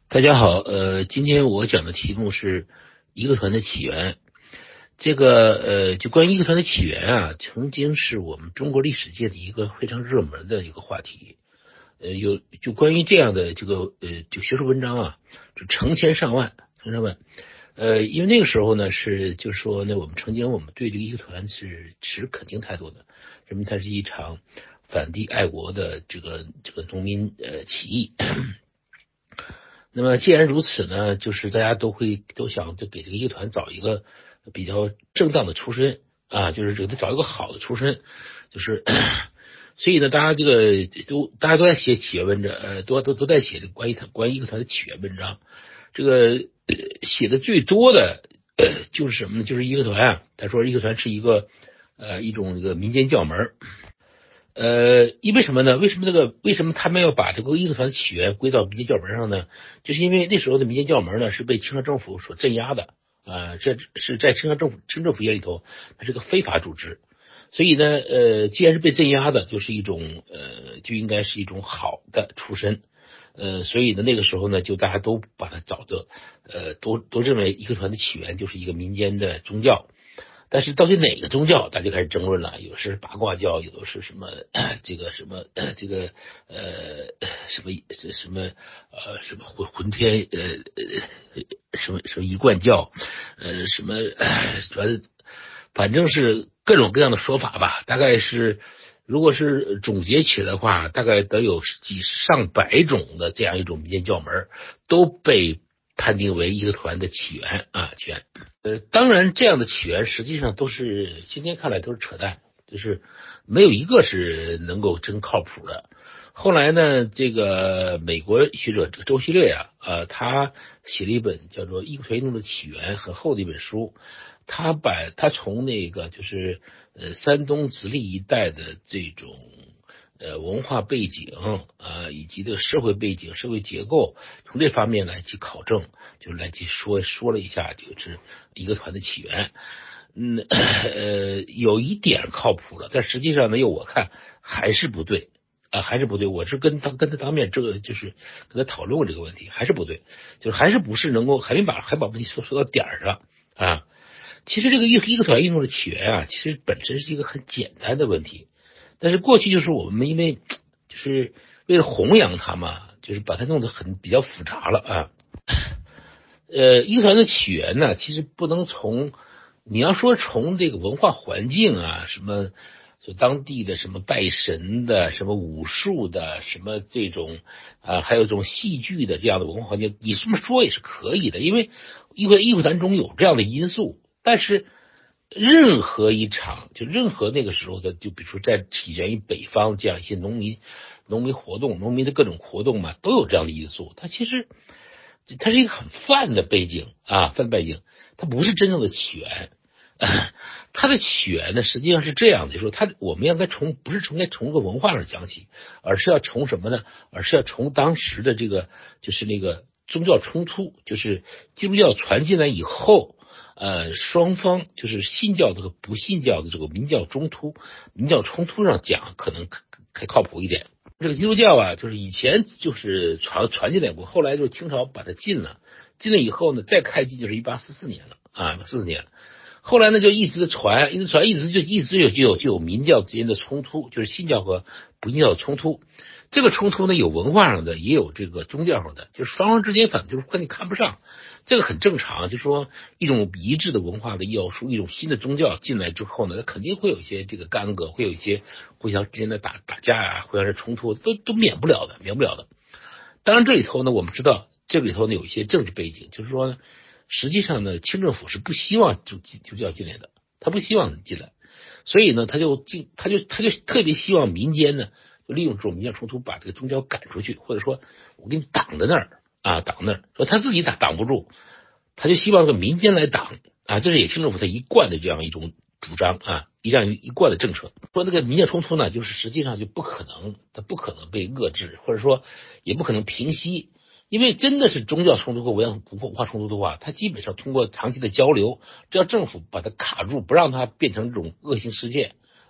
大家好，今天我讲的题目是义和团的起源。就关于义和团的起源啊，曾经是我们中国历史界的一个非常热门的一个话题。就关于这样的就学术文章啊，就成千上万，成千上万。因为那个时候呢，就是说呢，我们对这个义和团是持肯定态度的，认为它是一场反帝爱国的这个农民起义。那么既然如此呢，就是大家都想就给这个乐团找一个比较正当的出身啊，就是给他找一个好的出身，就是所以呢，大家都在写起源文章，都在写这关于义和团的起源文章。这个写的最多的就是什么呢？就是义和团啊，他说义和团是一种这个民间教门。因为什么呢？为什么他们要把这个义和团的起源归到民间教门上呢？就是因为那时候的民间教门呢是被清朝政府所镇压的这是在清政府眼里头，它是个非法组织。所以呢，既然是被镇压的，就应该是一种好的出身。所以呢，那个时候呢，就大家都把它找的，都认为义和团的起源就是一个民间的宗教。但是到底哪个宗教，大家就开始争论了。有的是八卦教，有的是什么这个什么这个什么什么浑天什么一贯教，什么反正是各种各样的说法吧。大概是如果是总结起来的话，大概得有上百种的这样一种民间教门都被判定为义和团的起源啊，起源。当然，这样的起源实际上都是今天看来都是扯淡，就是没有一个是能够真靠谱的。后来呢，这个美国学者这个周希略他写了一本叫做《义和团运动的起源》很厚的一本书，他从那个就是山东直隶一带的这种文化背景以及这个社会背景、社会结构，从这方面来去考证，就来去说了一下这个是义和团的起源。有一点靠谱了，但实际上呢，我看还是不对还是不对。我是跟他当面就是跟他讨论过这个问题，还是不对，就是还是不是能够还把问题说到点儿上啊。其实这个义和团运动的起源其实本身是一个很简单的问题。但是过去就是我们因为就是为了弘扬它嘛，就是把它弄得比较复杂了啊。义和团的起源呢，其实不能你要说从这个文化环境什么就当地的什么拜神的、什么武术的、什么这种还有这种戏剧的这样的文化环境，你这么说也是可以的，因为义和团中有这样的因素。但是任何一场，就任何那个时候的，就比如说在起源于北方这样一些农民活动、农民的各种活动嘛，都有这样的因素。它是一个很泛的背景泛背景，它不是真正的起源。它的起源呢，实际上是这样的，就是说我们不是从个文化上讲起，而是要从什么呢？而是要从当时的就是那个宗教冲突，就是基督教传进来以后。双方就是信教的和不信教的这个民教冲突上讲，可能还靠谱一点。这个基督教就是以前就是传进来过，后来就是清朝把它禁了，禁了以后呢，再开禁就是1844年了，44年了。后来呢，就一直传，一直有民教之间的冲突，就是信教和不信教的冲突。这个冲突呢，有文化上的，也有这个宗教上的，就是双方之间反正就是跟你看不上，这个很正常。就说一种一致的文化的要素，一种新的宗教进来之后呢，它肯定会有一些这个干戈，会有一些互相之间的打架互相的冲突，都免不了的，免不了的。当然这里头呢，我们知道这里头呢有一些政治背景，就是说实际上呢，清政府是不希望就要进来的，他不希望进来，所以呢，他就特别希望民间呢，就利用这种民间冲突把这个宗教赶出去，或者说我给你挡在那儿挡那儿，说他自己挡不住，他就希望这个民间来挡这是也清政府他一贯的这样一种主张一贯的政策。说那个民间冲突呢，就是实际上就它不可能被遏制，或者说也不可能平息。因为真的是宗教冲突和文化冲突的话，它基本上通过长期的交流，只要政府把它卡住，不让它变成这种恶性事件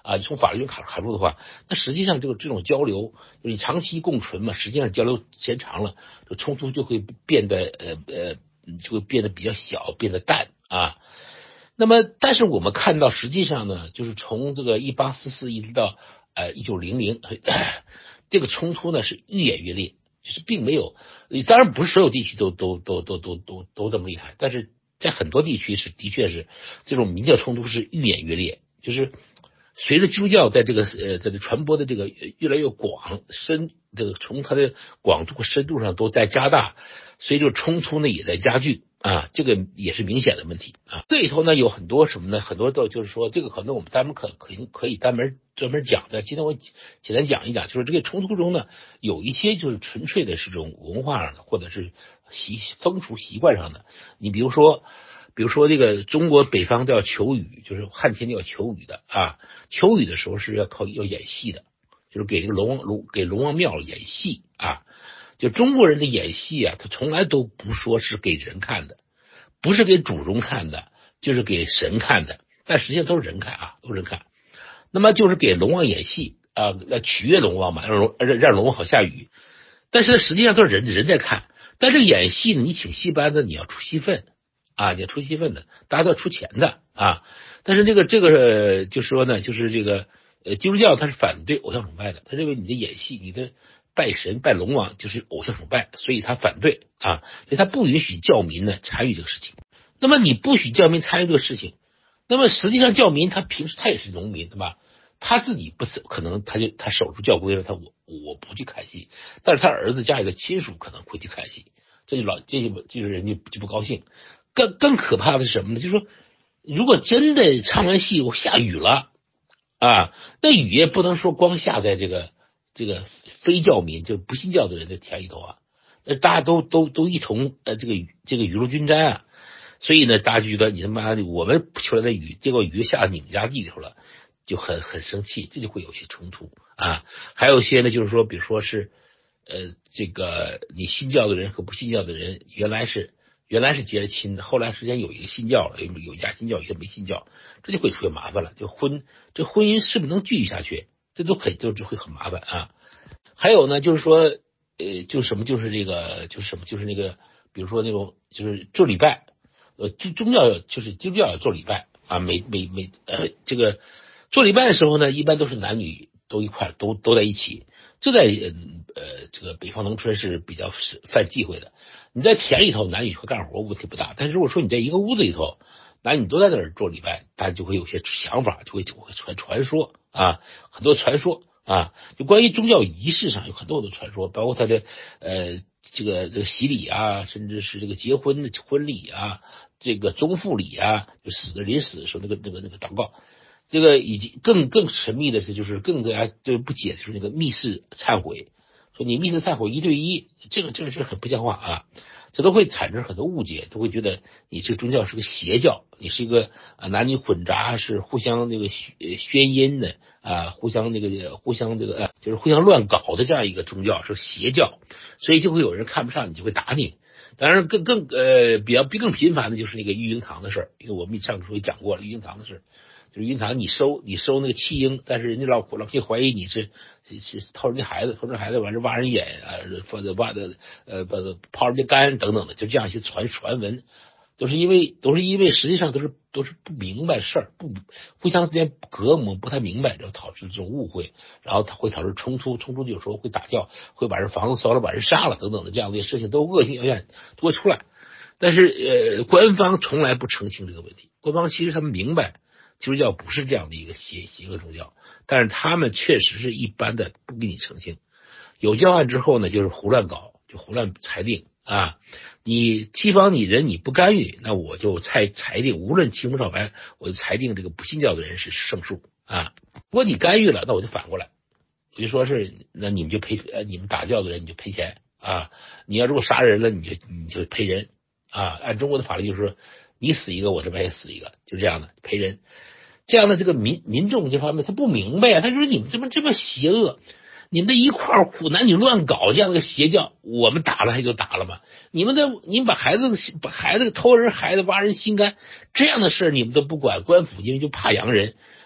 啊，从法律上卡住的话，那实际上这种交流，就是你长期共存嘛，实际上交流时间长了，这冲突就会变得就会变得比较小，变得淡啊。那么，但是我们看到，实际上呢，就是从这个1844一直到1900，这个冲突呢是愈演愈烈，就是并没有，当然不是所有地区都这么厉害，但是在很多地区的确是这种民教冲突是愈演愈烈，就是随着基督教在这个传播的这个越来越广深，这个从它的广度和深度上都在加大，所以这个冲突呢也在加剧啊，这个也是明显的问题啊。这里头呢有很多什么呢？很多就是说这个可能我们可以专门讲的。今天我简单讲一讲，就是这个冲突中呢有一些就是纯粹的是这种文化上的，或者是风俗习惯上的。你比如说这个中国北方叫求雨，就是汉天叫求雨的啊。求雨的时候是要演戏的，就是给这个龙王庙演戏啊。就中国人的演戏啊，他从来都不说是给人看的，不是给祖宗看的，就是给神看的。但实际上都是人看啊，都是人看。那么就是给龙王演戏啊，来取悦龙王嘛，让龙王好下雨。但是实际上都是人在看。但这个演戏呢，你请戏班子，你要出戏份啊，你要出戏份的，大家都要出钱的啊。但是这个就说呢，就是这个基督教它是反对偶像崇拜的，他认为你的演戏，你的拜神拜龙王就是偶像崇拜，所以他反对啊，所以他不允许教民呢参与这个事情。那么你不许教民参与这个事情，那么实际上教民他平时他也是农民，对吧？他自己不是可能他守住教规了，我不去看戏，但是他儿子家里的亲属可能会去看戏，这就是人家就不高兴。更可怕的是什么呢？就是说，如果真的唱完戏下雨了啊，那雨也不能说光下在这个非教民，就是不信教的人的田里头啊，大家都一同这个雨露均沾啊。所以呢，大家就觉得你他妈的我们求来的雨，结果雨下到你们家地里头了，就很生气，这就会有些冲突啊。还有一些呢，就是说，比如说是这个你信教的人和不信教的人原来是结了亲的，后来时间有一个信教了，有一家信教，有一个没信教，这就会出现麻烦了。这婚姻是不是能继续下去？这都会很麻烦啊。还有呢，就是说就是什么，就是这个就是什么，就是那个，比如说那种就是做礼拜。宗教就是基督教要做礼拜啊，这个做礼拜的时候呢，一般都是男女都一块都在一起。这在这个北方农村是比较犯忌讳的。你在田里头男女会干活问题不大，但是如果说你在一个屋子里头，男女都在那儿做礼拜，大家就会有些想法，就会传说啊，很多传说啊，就关于宗教仪式上有很多的传说，包括他的这个洗礼啊，甚至是这个结婚的婚礼啊，这个宗父礼啊，就临死的时候那个祷告。这个以及更神秘的是，就是更大家就不解，就是那个密室忏悔，说你密室忏悔1对1，这个很不像话啊，这都会产生很多误解，都会觉得你这个宗教是个邪教，你是一个男女混杂，是互相那个宣淫的啊，互相就是互相乱搞的这样一个宗教，是邪教，所以就会有人看不上你，就会打你。当然更频繁的就是那个育婴堂的事儿，因为我们上次也讲过了育婴堂的事。就是育婴堂你收那个弃婴，但是人家老婆怀疑你是偷人家孩子完事挖人眼啊，或者泡人家肝等等的，就这样一些传闻，都是因为实际上都是不明白事儿，互相之间隔膜，不太明白，然后导致这种误会，然后它会导致冲突有时候会打架，会把人房子烧了，把人杀了等等的这样的事情都恶性谣言都会出来。但是官方从来不澄清这个问题，官方其实他们明白基督教不是这样的一个邪恶宗教，但是他们确实是一般的不给你澄清。有教案之后呢，就是胡乱搞，就胡乱裁定啊。你西方你人你不干预，那我就裁定，无论青红皂白，我就裁定这个不信教的人是胜诉啊。如果你干预了，那我就反过来，我就说是那你们就你们打教的人你就赔钱啊。你要如果杀人了，你就赔人啊。按中国的法律就是说，你死一个，我这边也死一个，就这样的赔人。这样的这个民众这方面他不明白啊，他说你们怎么这么邪恶，你们这一块苦男女乱搞这样的邪教，我们打了还就打了嘛，你们把孩子偷人孩子挖人心肝这样的事你们都不管，官府因为就怕洋人，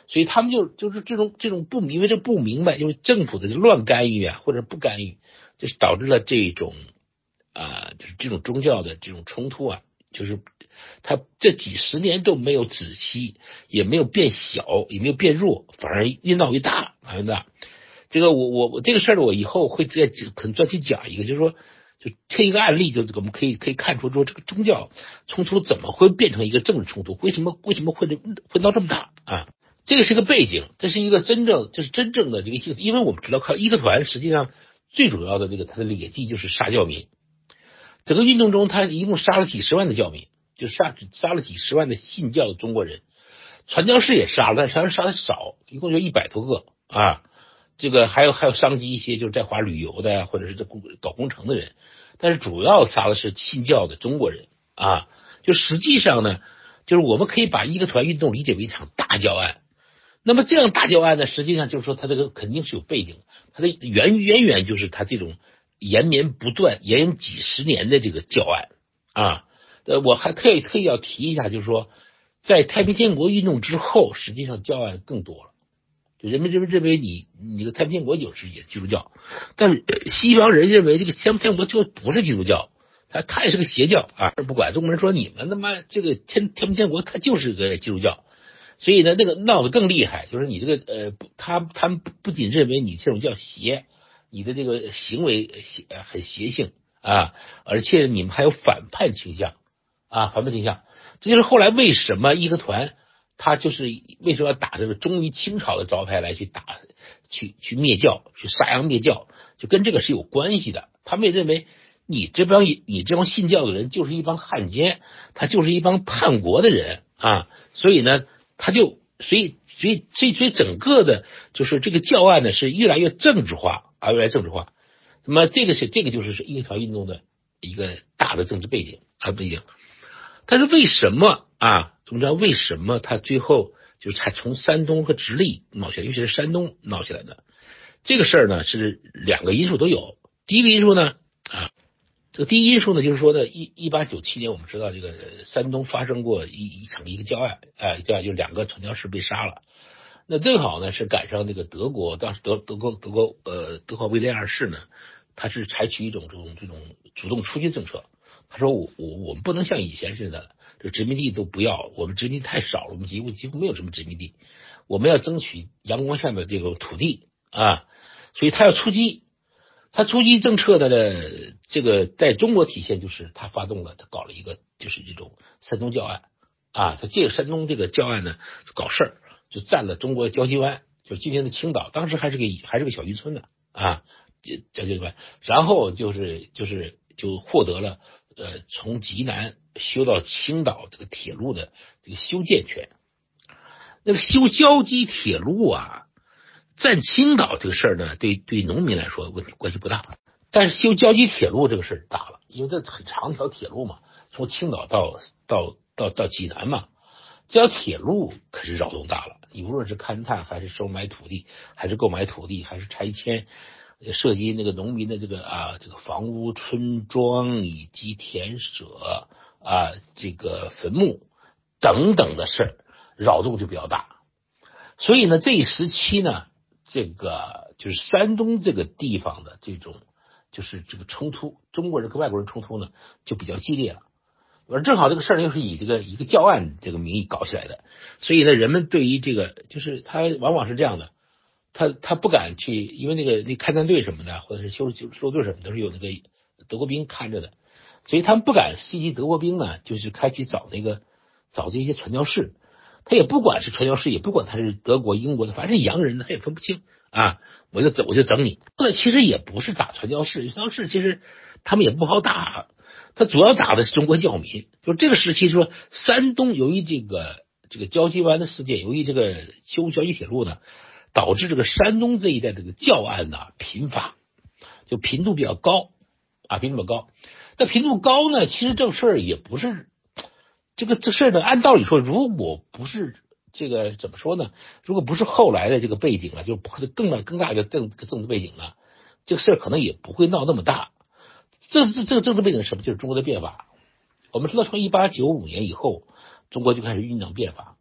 所以他们就是这种不明，因为这不明白，因为政府的乱干预啊或者不干预，就是导致了这种就是这种宗教的这种冲突啊，就是他这几十年都没有止息，也没有变小，也没有变弱，反而越闹越大，越大。这个我这个事儿我以后会再可能专题讲一个，就是说就贴一个案例，就我们可以看出说这个宗教冲突怎么会变成一个政治冲突，为什么会闹这么大啊？这个是个背景，这是一个真正的这个因为我们知道靠义和团实际上最主要的这个它的劣迹就是杀教民，整个运动中他一共杀了几十万的教民，就杀了几十万的信教的中国人，传教士也杀了，但是杀的少，一共就100多个啊。这个还有伤及一些就是在华旅游的或者是在搞工程的人，但是主要杀的是信教的中国人啊。就实际上呢，就是我们可以把义和团运动理解为一场大教案。那么这样大教案呢，实际上就是说它这个肯定是有背景，它的渊源就是它这种延绵不断、延几十年的这个教案啊。我还特意要提一下，就是说在太平天国运动之后，实际上教案更多了。人们认为你的太平天国也是基督教，但是西方人认为这个太平天国就不是基督教，它也是个邪教啊。不管中国人说你们他妈这个太平天国它就是个基督教，所以呢那个闹得更厉害，就是你这个他们不仅认为你这种叫邪，你的这个行为很邪性啊，而且你们还有反叛倾向啊，反叛倾向。这就是后来为什么义和团他就是为什么要打这个忠于清朝的招牌来去灭教，去杀洋灭教，就跟这个是有关系的。他们也认为你这帮信教的人就是一帮汉奸，他就是一帮叛国的人啊，所以呢，所以整个的就是这个教案呢是越来越政治化啊，越来越政治化。那么这个就是义和团运动的一个大的政治背景。但是为什么啊？我们知道为什么他最后就是才从山东和直隶闹起来，尤其是山东闹起来的？这个事儿呢是2个因素都有。第一个因素呢这个第一因素呢就是说呢，1897年我们知道这个山东发生过一场教案，教案就是2个传教士被杀了。那正好呢是赶上那个德国，当时德国威廉2世呢，他是采取一种这种主动出军政策。他说我们不能像以前似的，这殖民地都不要，我们殖民地太少了，我们几乎没有什么殖民地，我们要争取阳光下的这个土地啊，所以他要出击。他出击政策的呢，这个在中国体现就是他搞了一个就是这种山东教案啊，他借山东这个教案呢搞事儿，就占了中国的胶西湾，就是今天的青岛，当时还是个小渔村呢啊，胶西湾，然后就获得了从济南修到青岛这个铁路的这个修建权。那个修胶基铁路啊，占青岛这个事儿呢，对农民来说关系不大，但是修胶基铁路这个事儿大了，因为这很长条铁路嘛，从青岛到济南嘛，这条铁路可是扰动大了。你无论是勘探还是收买土地，还是购买土地，还是拆迁，涉及那个农民的这个房屋、村庄以及田舍这个坟墓等等的事儿，扰动就比较大。所以呢，这一时期呢，这个就是山东这个地方的这种就是这个冲突，中国人跟外国人冲突呢就比较激烈了。而正好这个事儿又是以这个一个教案这个名义搞起来的，所以呢，人们对于这个就是他往往是这样的，他不敢去，因为那勘探队什么的，或者是修队什么都是有那个德国兵看着的，所以他们不敢袭击德国兵呢，就是开去找这些传教士，他也不管是传教士，也不管他是德国、英国的，反正是洋人呢，他也分不清啊，我就整你。那其实也不是打传教士，传教士其实他们也不好打。他主要打的是中国教民，就这个时期说，山东由于这个胶西湾的事件，由于这个修胶西铁路呢，导致这个山东这一带这个教案呢频发，就频度比较高啊，频度比较高。那频度高呢，其实这事儿也不是这事儿呢，按道理说，如果不是这个怎么说呢？如果不是后来的这个背景啊，就更大的政治背景呢，这个事儿可能也不会闹那么大。这个政治背景是什么？就是中国的变法。我们知道，从1895年以后，中国就开始酝酿变法。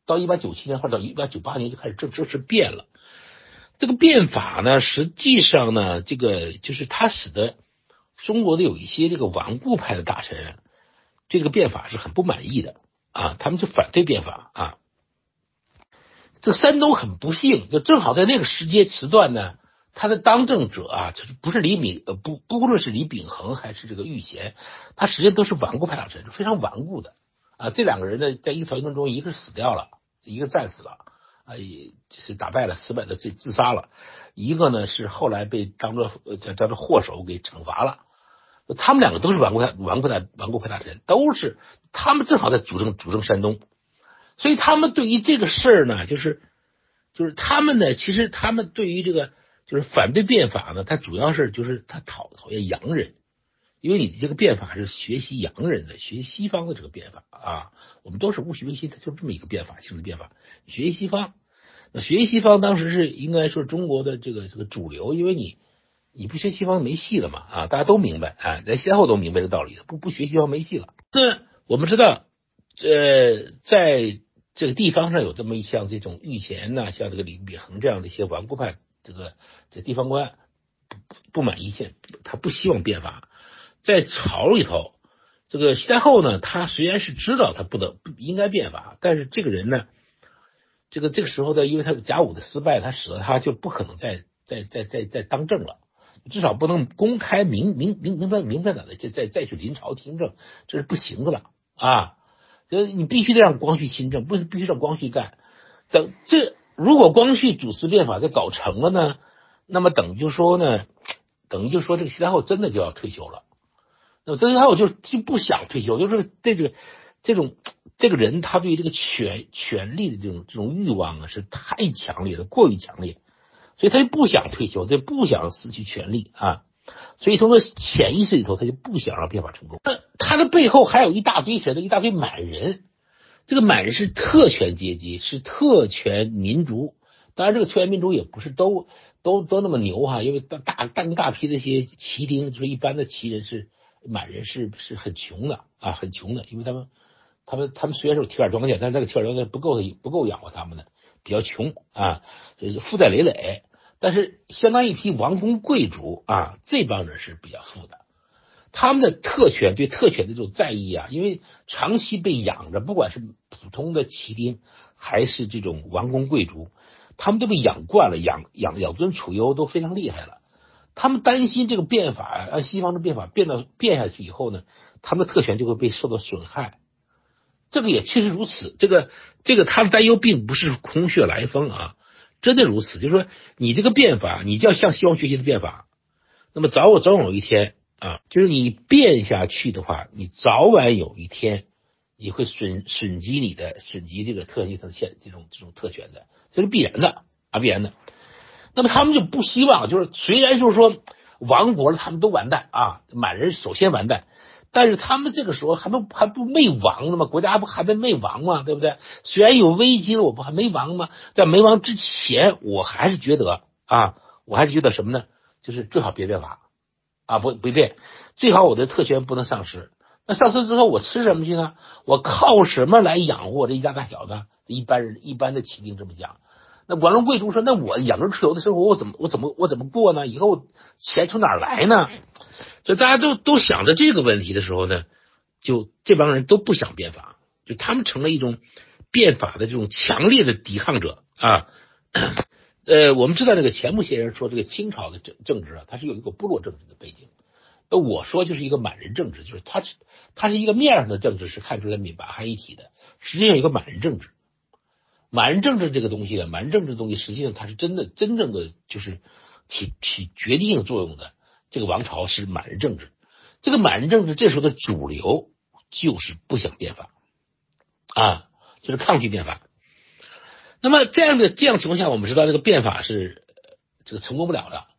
到1897年或者到1898年就开始正式变了。这个变法呢，实际上呢，这个就是它使得中国的有一些这个顽固派的大臣对这个变法是很不满意的啊，他们就反对变法啊。这个山东很不幸，就正好在那个时段呢，他的当政者啊，就是不是不论是李秉衡还是这个玉贤，他实际上都是顽固派大臣，非常顽固的啊。这两个人呢，在一个朝鲜中，一个死掉了，一个战死了啊，也是打败了，失败的自杀了，一个呢是后来被当做祸首给惩罚了。他们两个都是顽固派大臣，都是他们正好在主政山东，所以他们对于这个事儿呢，就是他们呢，其实他们对于这个就是反对变法呢，他主要是就是他讨厌洋人，因为你这个变法是学习洋人的，学习西方的这个变法啊，我们都是戊戌维新，它就这么一个变法，形成变法，学习西方。那学习西方当时是应该说中国的这个主流，因为你不学西方没戏了嘛啊，大家都明白啊，在先后都明白这个道理，不学西方没戏了。那我们知道，在这个地方上有这么一项这种御前呐，像这个李秉衡这样的一些顽固派这地方官不满意他不希望变法，在朝里头，这个西太后呢，他虽然是知道他不应该变法，但是这个人呢，这个时候呢，因为他甲午的失败，他使得他就不可能再当政了，至少不能公开明白的再去临朝听政，这是不行的了啊！你必须得让光绪亲政，必须让光绪干。如果光绪主持变法再搞成了呢，那么等于就说这个西太后真的就要退休了。那么西太后就不想退休，就是这个人他对这个权力的这种欲望啊是太强烈了，过于强烈，所以他就不想退休，他就不想失去权力啊。所以从他潜意识里头，他就不想让变法成功。他的背后还有一大堆谁呢？一大堆满人。这个满人是特权阶级，是特权民族。当然，这个特权民族也不是都那么牛哈，因为大批这些旗丁，就是一般的旗人满人是很穷的啊，很穷的，因为他们虽然是有提板庄稼，但是这个提板庄稼不够养活他们的，比较穷啊，就是负债累累。但是相当一批王公贵族啊，这帮人是比较富的。他们的对特权的这种在意啊，因为长期被养着，不管是普通的旗丁还是这种王公贵族，他们都被养惯了，养尊处优都非常厉害了。他们担心这个变法，按西方的变法变下去以后呢，他们的特权就会被受到损害。这个也确实如此，这个他的担忧并不是空穴来风啊，真的如此。就是说，你这个变法，你就要向西方学习的变法，那么早晚有一天啊，就是你变下去的话，你早晚有一天你会损及这个特权这种特权的，这是必然的啊，必然的。那么他们就不希望，就是虽然就是说亡国了，他们都完蛋啊，满人首先完蛋，但是他们这个时候还不没亡呢吗？国家不还没亡吗？对不对？虽然有危机了，我不还没亡吗？在没亡之前，我还是觉得什么呢？就是最好别变法啊，不变，最好我的特权不能丧失。那丧失之后，我吃什么去呢？我靠什么来养活我这一家大小呢？一般的旗丁这么讲。那王公贵族说：“那我养尊处优的生活，我怎么过呢？以后钱从哪儿来呢？”所以大家都想着这个问题的时候呢，就这帮人都不想变法，就他们成了一种变法的这种强烈的抵抗者啊。我们知道这个钱穆先生说，这个清朝的政治啊，它是有一个部落政治的背景。我说就是一个满人政治，就是它是一个面上的政治，是看出来闽白汉一体的，实际上有一个满人政治。满人政治这个东西呢，满人政治的东西实际上它是真正的就是起决定性作用的。这个王朝是满人政治，这个满人政治这时候的主流就是不想变法啊，就是抗拒变法。那么这样情况下，我们知道这个变法是这个成功不了的。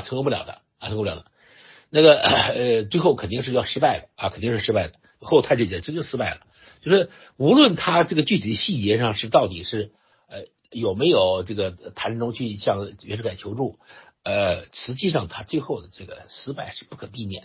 那个最后肯定是要失败的啊，肯定是失败的。后太监这就失败了。就是无论他这个具体的细节上是到底是有没有这个谭振中去向袁世凯求助，实际上他最后的这个失败是不可避免的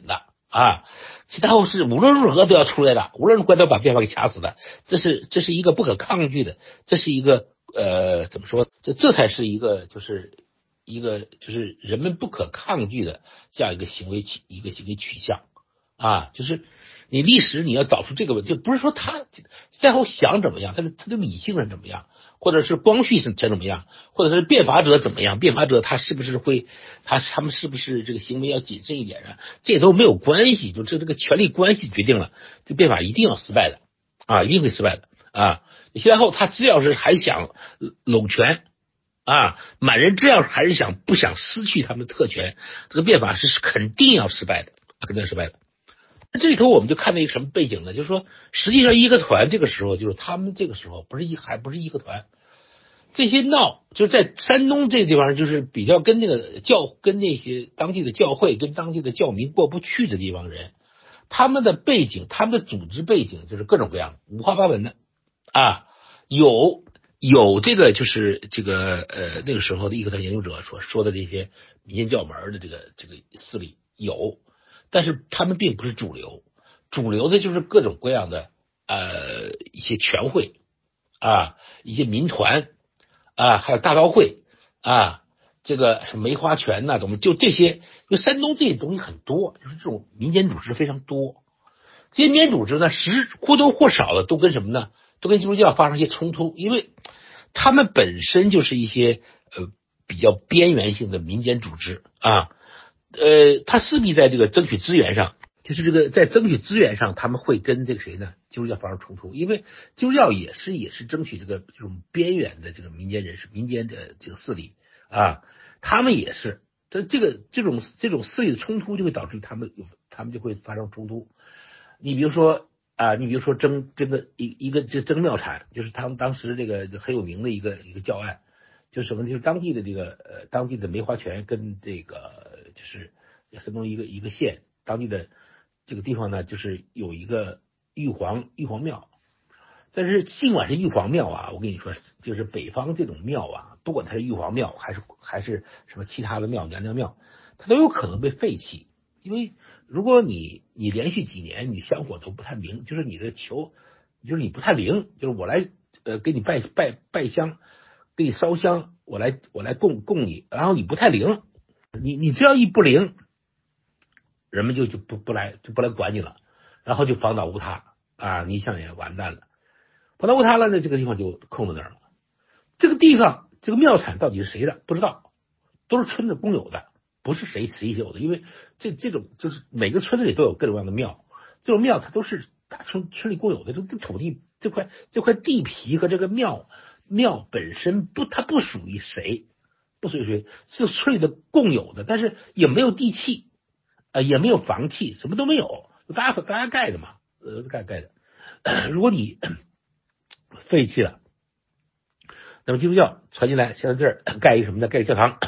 啊，其他后是无论如何都要出来的，无论如何都要把变法给掐死的，这是一个不可抗拒的，这是一个怎么说？这才是一个就是人们不可抗拒的这样一个行为取向啊，就是你历史你要找出这个问题，就不是说他赛后想怎么样，他的理性是怎么样，或者是光绪是怎么样，或者是变法者怎么样，变法者他是不是会他们是不是这个行为要谨慎一点啊？这都没有关系，就这个权力关系决定了这变法一定要失败的啊，一定会失败的啊。你赛后他只要是还想拢权啊，满人只要还是不想失去他们的特权，这个变法是肯定要失败的，肯定要失败的。这里头我们就看到一个什么背景呢？就是说，实际上义和团这个时候，就是他们这个时候还不是义和团，这些就是在山东这个地方，就是比较跟那些当地的教会跟当地的教民过不去的地方人，他们的背景，他们的组织背景就是各种各样五花八门的啊，有这个就是那个时候的义和团研究者所说的这些民间教门的这个势力有。但是他们并不是主流，主流的就是各种各样的一些全会啊，一些民团啊，还有大刀会啊，这个什么梅花拳呐，怎么就这些？因为山东这些东西很多，就是这种民间组织非常多。这些民间组织呢，或多或少的都跟什么呢？都跟基督教发生一些冲突，因为他们本身就是一些比较边缘性的民间组织啊。他势必在这个争取资源上，就是这个在争取资源上，他们会跟这个谁呢？基督教发生冲突，因为基督教也是争取这种边缘的这个民间人士、民间的这个势力啊，他们也是，这种势力的冲突就会导致他们就会发生冲突。你比如说争庙产，就是他们当时这个很有名的一个教案。就是什么？就是当地的梅花泉跟这个就是山东一个县，当地的这个地方呢，就是有一个玉皇庙。但是尽管是玉皇庙啊，我跟你说，就是北方这种庙啊，不管它是玉皇庙还是什么其他的庙、娘娘庙，它都有可能被废弃。因为如果你连续几年你香火都不太明，就是你的就是你不太灵，就是我来给你拜香。给你烧香，我来供你，然后你不太灵，你只要一不灵，人们就不来管你了，然后就房倒屋塌啊，你想也完蛋了，房倒屋塌了，那这个地方就空在那儿了。这个地方这个庙产到底是谁的不知道，都是村子公有的，不是谁有的，因为这种就是每个村子里都有各种各样的庙，这种庙它都是大村里公有的，这土地这块地皮和这个庙本身它不属于谁，是村里的共有的，但是也没有地契也没有房契，什么都没有，大家盖的嘛，盖的。如果你废弃了，那么基督教传进来，现在这儿盖一个什么呢？盖一个教堂，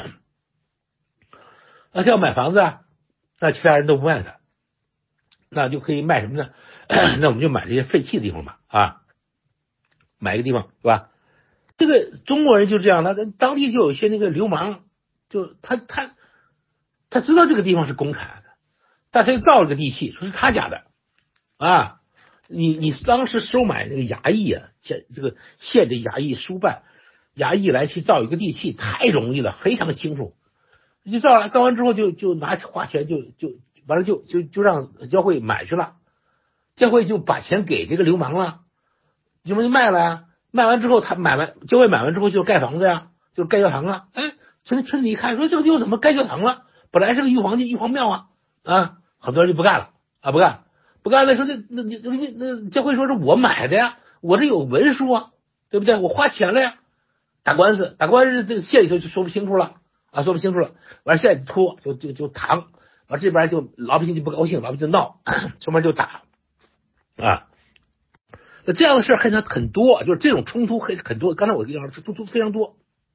那要买房子啊，那其他人都不卖它，那就可以卖什么呢？那我们就买这些废弃的地方吧啊，买一个地方是吧？这个中国人就这样，当地就有一些那个流氓，就他知道这个地方是公产的，但他就造了个地契，说是他家的啊。你当时收买那个衙役啊，这个县的衙役书办衙役来去造一个地契太容易了，非常清楚。就造完之后就花钱就完了就让教会买去了，教会就把钱给这个流氓了，就卖了呀。卖完之后，教会买完之后就盖房子呀，就是盖教堂啊。哎，村里一看，说这个地方怎么盖教堂了？本来是个玉皇庙啊，很多人就不干了啊，不干了，说那教会说是我买的呀，我这有文书啊，对不对？我花钱了呀，打官司，这个县里头就说不清楚了啊，说不清楚了，完县里拖就谈，完这边就老百姓就不高兴，老百姓就闹，这边就打啊。那这样的事很多，就是这种冲突很多。刚才我跟你说，冲突非常多。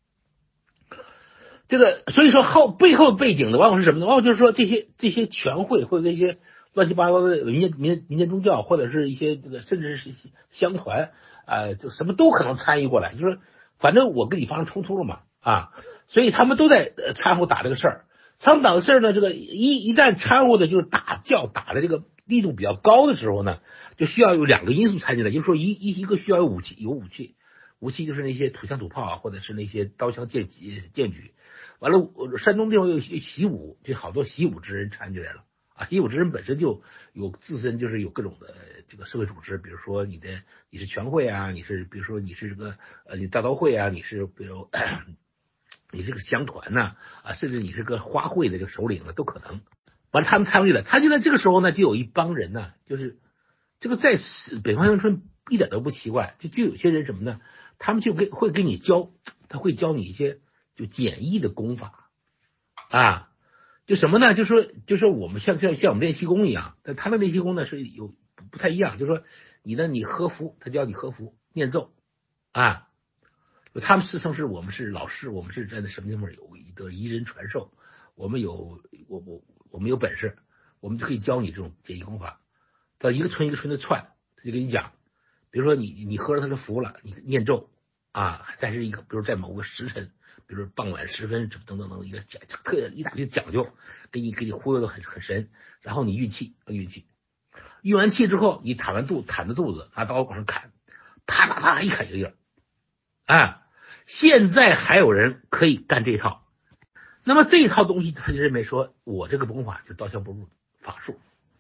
这个所以说背后背景的往往是什么呢？往往就是说这些全会或者这些乱七八糟的民间宗教，或者是一些这个甚至是乡团就什么都可能参与过来。就是反正我跟你发生冲突了嘛啊，所以他们都在掺和打这个事儿。 参党事呢，这个一旦掺和的就是打的这个力度比较高的时候呢，就需要有2个因素参进来，就是说一个需要有武器就是那些土枪土炮啊，或者是那些刀枪剑戟。完了，山东地方有习武，就好多习武之人参进来了啊。习武之人本身就有自身就是有各种的这个社会组织，比如说你是全会啊，比如说你是这个你大刀会啊，你是比如你是个乡团呐甚至你是个花会的这个首领呢，都可能。完了，他们参与了这个时候呢，就有一帮人呢，就是这个在北方乡村一点都不奇怪，就有些人什么呢？他们就会给你他会教你一些就简易的功法啊，就什么呢？就说我们像我们练气功一样，但他的练气功呢是有不太一样，就是说你和服，他教你和服念咒啊。他们自称是我们是老师，我们是在什么地方有一个一人传授，我们有本事，我们就可以教你这种简易功法，到一个村一个村的窜，他就跟你讲，比如说你喝了他的符了，你念咒啊，但是比如在某个时辰，比如傍晚时分等等一个一大堆讲究，给你忽悠的很神，然后你运气，运完气之后，你坦着肚子拿刀往上砍，啪啪啪一砍一个印啊。现在还有人可以干这一套，那么这一套东西他就认为说我这个功法就是刀枪不入法术。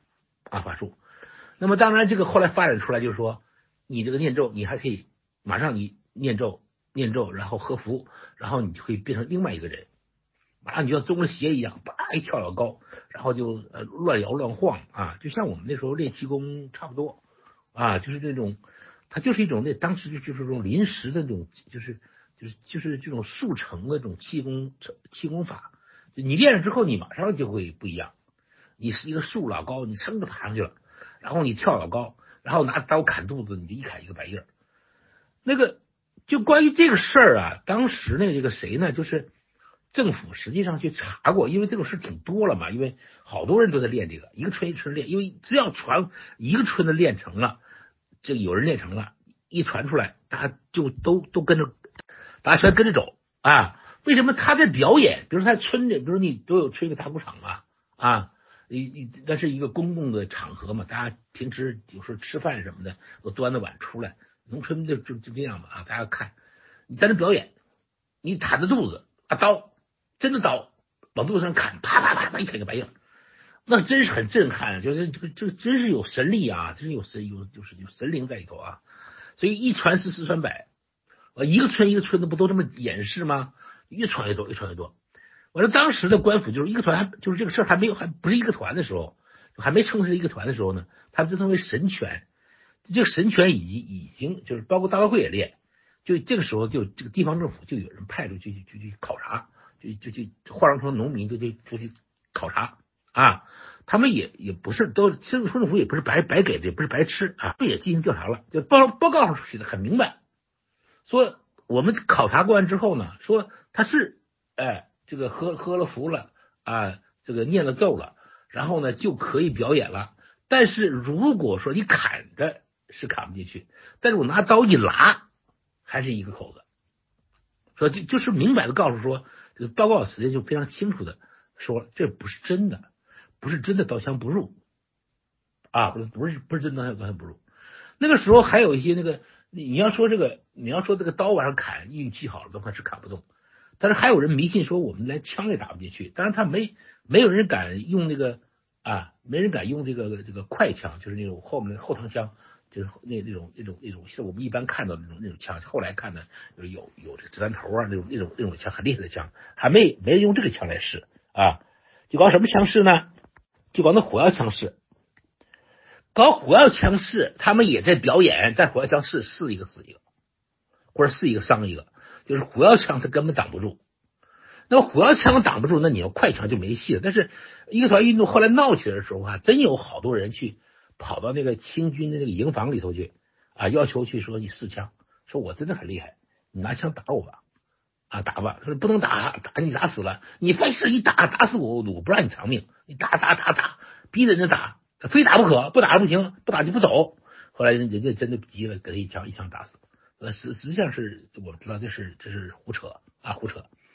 那么当然这个后来发展出来就是说，你这个念咒，你还可以马上你念咒，然后和服，然后你就可以变成另外一个人，马上你就像中了邪一样，叭一跳老高，然后就乱摇乱晃啊，就像我们那时候练气功差不多啊，就是这种，它就是一种当时就是这种临时的这种就是这种速成的这种气功法，你练了之后，你马上就会不一样。你是一个树老高，你噌的爬上去了，然后你跳老高，然后拿刀砍肚子，你就一砍一个白印。那个就关于这个事儿啊，当时这个谁呢，就是政府实际上去查过，因为这种事挺多了嘛，因为好多人都在练这个，一个村一村练，因为只要传一个村的练成了，这有人练成了，一传出来，大家就都跟着。大家全跟着走啊！为什么他在表演？比如说他村里，比如你都有吹个打鼓场啊，那是一个公共的场合嘛，大家平时有时候吃饭什么的都端着碗出来，农村就这样嘛啊，大家看你在那表演，你袒着肚子啊，真的刀往肚子上砍，啪啪啪啪一砍个白印，那真是很震撼，就是这个真是有神力啊，真是有神灵在里头啊，所以一传十，十传百。一个村一个村的不都这么演示吗？越传越多。完了，当时的官府就是一个团，就是这个事还不是一个团的时候，还没称是一个团的时候呢，他们就称为神权。这个神权已经就是包括大刀会也练，就这个时候就这个地方政府就有人派出去考察，就去化妆成农民就出去考察啊。他们也不是村政府也不是白给的，也不是白吃啊，也进行调查了，就报告上写的很明白。说我们考察过完之后呢，说他是这个喝了符了啊，这个念了咒了，然后呢就可以表演了。但是如果说你砍着是砍不进去，但是我拿刀一拉还是一个口子。说就是明白的告诉说，这个报告直接就非常清楚的说，这不是真的刀枪不入啊，不是真的刀枪不入。那个时候还有一些你要说这个刀往上砍，运气好了的话是砍不动，但是还有人迷信说我们连枪也打不进去，当然他没有人敢用没人敢用这个快枪，就是那种后面的后膛枪，就是那种是我们一般看到的那种枪，后来看的有这个子弹头啊那种枪很厉害的枪，还没人用这个枪来试啊，就搞什么枪试呢？就搞那火药枪试。搞火药枪试，他们也在表演，但火药枪试一个死一个，或者是一个伤一个，就是火药枪它根本挡不住。那么火药枪挡不住，那你要快枪就没戏了。但是一个团运动后来闹起来的时候啊，真有好多人去跑到那个清军的那个营房里头去啊，要求去说你试枪，说我真的很厉害，你拿枪打我吧啊，打吧。他说不能打你打死了，你费事一打死我不让你偿命，你打，逼着人家打。非打不可，不打不行，不打就不走。后来人家真的急了，给他一枪打死。实际上是我知道这是胡扯。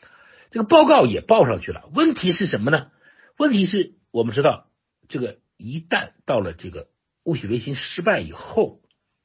这个报告也报上去了。问题是什么呢？问题是我们知道，这个一旦到了这个戊戌维新失败以后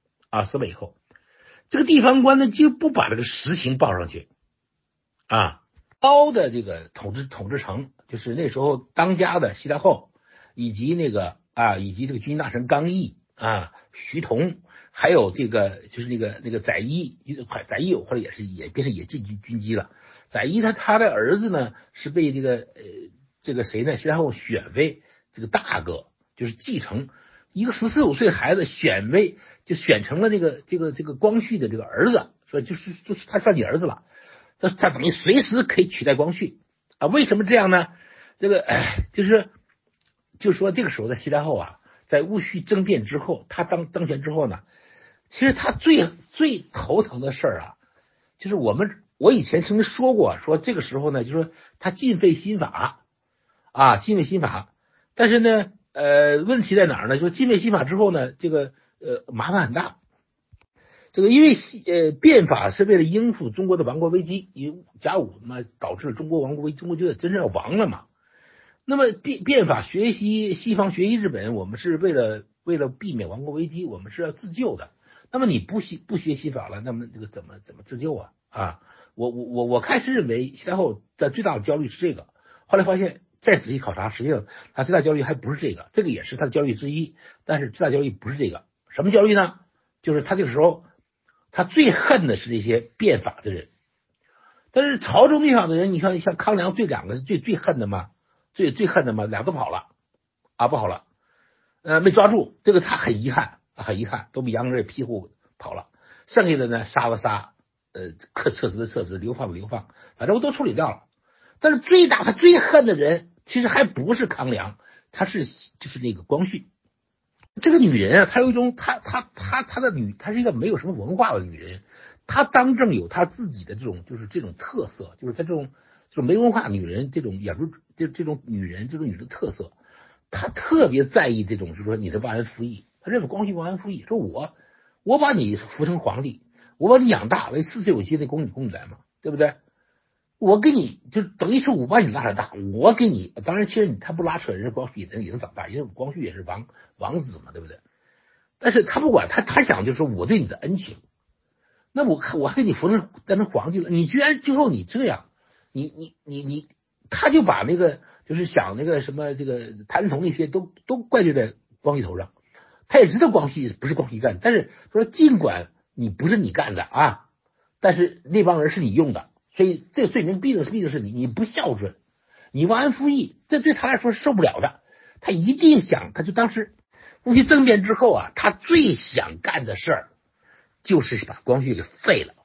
这个地方官呢就不把这个实情报上去啊。高的这个统治层，就是那时候当家的西太后，以及这个军机大臣刚毅徐同，还有这个就是那个载一后来也变成也进军机了。载一他的儿子呢是被这个谁呢？西太后选为这个大哥，就是继承一个14、15岁孩子选成了这个光绪的这个儿子，说就是他算你儿子了。他等于随时可以取代光绪啊？为什么这样呢？这个就是说这个时候的西太后在戊戌政变之后，他当选之后呢，其实他最头疼的事就是我以前曾经说过，说这个时候呢，就说他禁废新法禁废新法，但是呢问题在哪儿呢？说禁废新法之后呢，这个麻烦很大。这个因为变法是为了应付中国的亡国危机，因为甲午嘛导致了中国亡国危机，中国就真正要亡了嘛。那么变法学习西方学习日本，我们是为了避免亡国危机，我们是要自救的。那么你不学西法了，那么这个怎么自救我开始认为西太后的最大的焦虑是这个，后来发现再仔细考察，实际上他最大焦虑还不是这个，这个也是他的焦虑之一，但是最大焦虑不是这个。什么焦虑呢？就是他这个时候他最恨的是这些变法的人。但是潮州变法的人，你看像康梁两个最恨的嘛，最恨的嘛，俩都跑了不好了，没抓住，这个他很遗憾，都被洋人庇护跑了。剩下的呢，杀的杀，撤职的撤职，流放的流放，反正我都处理掉了。但是他最恨的人，其实还不是康梁，就是那个光绪。这个女人她有一种，她是一个没有什么文化的女人，她当政有她自己的这种特色，就是她这种没文化女人这种这种女人特色，她特别在意这种就是说你的忘恩负义，她认为光绪忘恩负义，说我把你扶成皇帝，我把你养大为4岁有期的宫女来嘛，对不对？我给你就等于是我把你拉扯大，我给你，当然其实他不拉扯人家光绪也能长大，因为光绪也是王子嘛，对不对？但是他不管，他想就是说我对你的恩情，那我还给你扶成当成皇帝了，你居然最后你这样，你他就把那个就是想那个什么这个谭嗣同那些都怪罪在光绪头上，他也知道光绪不是光绪干的，但是说尽管你不是你干的但是那帮人是你用的。所以这个罪名毕竟是你不孝顺，你忘恩负义，这对他来说是受不了的。他一定想，他就当时戊戌政变之后他最想干的事儿就是把光绪给废了。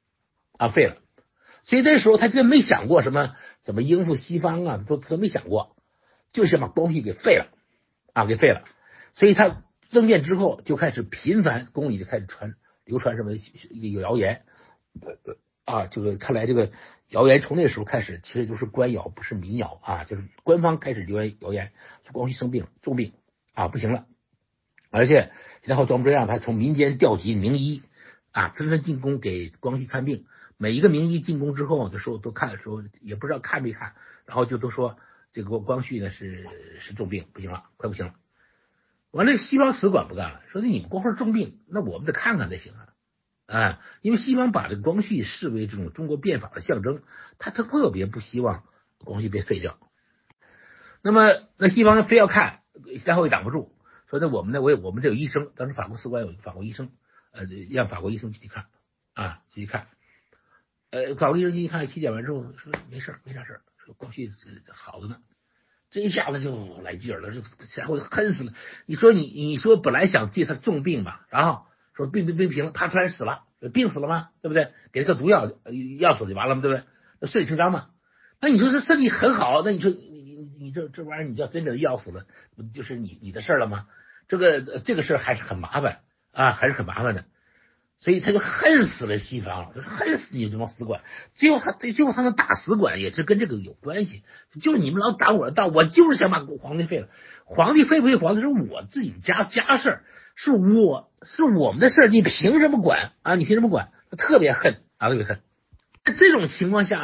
所以那时候他真没想过什么怎么应付西方都没想过，就是想把光绪给废了给废了。所以他政变之后就开始频繁宫里就开始流传什么有谣言。这个看来这个谣言从那时候开始，其实就是官谣，不是民谣就是官方开始流言谣言，说光绪生病重病不行了，而且然后装不这样，他从民间调集名医纷纷进宫给光绪看病。每一个名医进宫之后的时候都看的时候也不知道看没看，然后就都说这个光绪呢是重病，不行了，快不行了。完了，西方使馆不干了，说你们光说重病，那我们得看看才行因为西方把这个光绪视为这种中国变法的象征，他特别不希望光绪被废掉。那么那西方非要看，西太后也挡不住，说那我们这有医生，当时法国使馆有法国医生，让法国医生进去看进去看，法国医生进去看，体检完之后说没啥事儿，说光绪好的呢。这一下子就来劲了，然后恨死了。你说本来想借他重病吧，然后说病平了，他突然死了，病死了吗？对不对？给他个毒药，药死就完了嘛，对不对？那顺理成章嘛。那你说他身体很好，那你说你这玩意儿，你叫真的药死了，不就是你的事了吗？这个事还是很麻烦还是很麻烦的。所以他就恨死了西方，恨死你这帮使馆。最后他能打使馆也是跟这个有关系，就是你们老打我的道，我就是想把皇帝废了。皇帝废不废皇帝是我自己家事，是我们的事，你凭什么管你凭什么管？他特别恨特别恨。在这种情况下呢，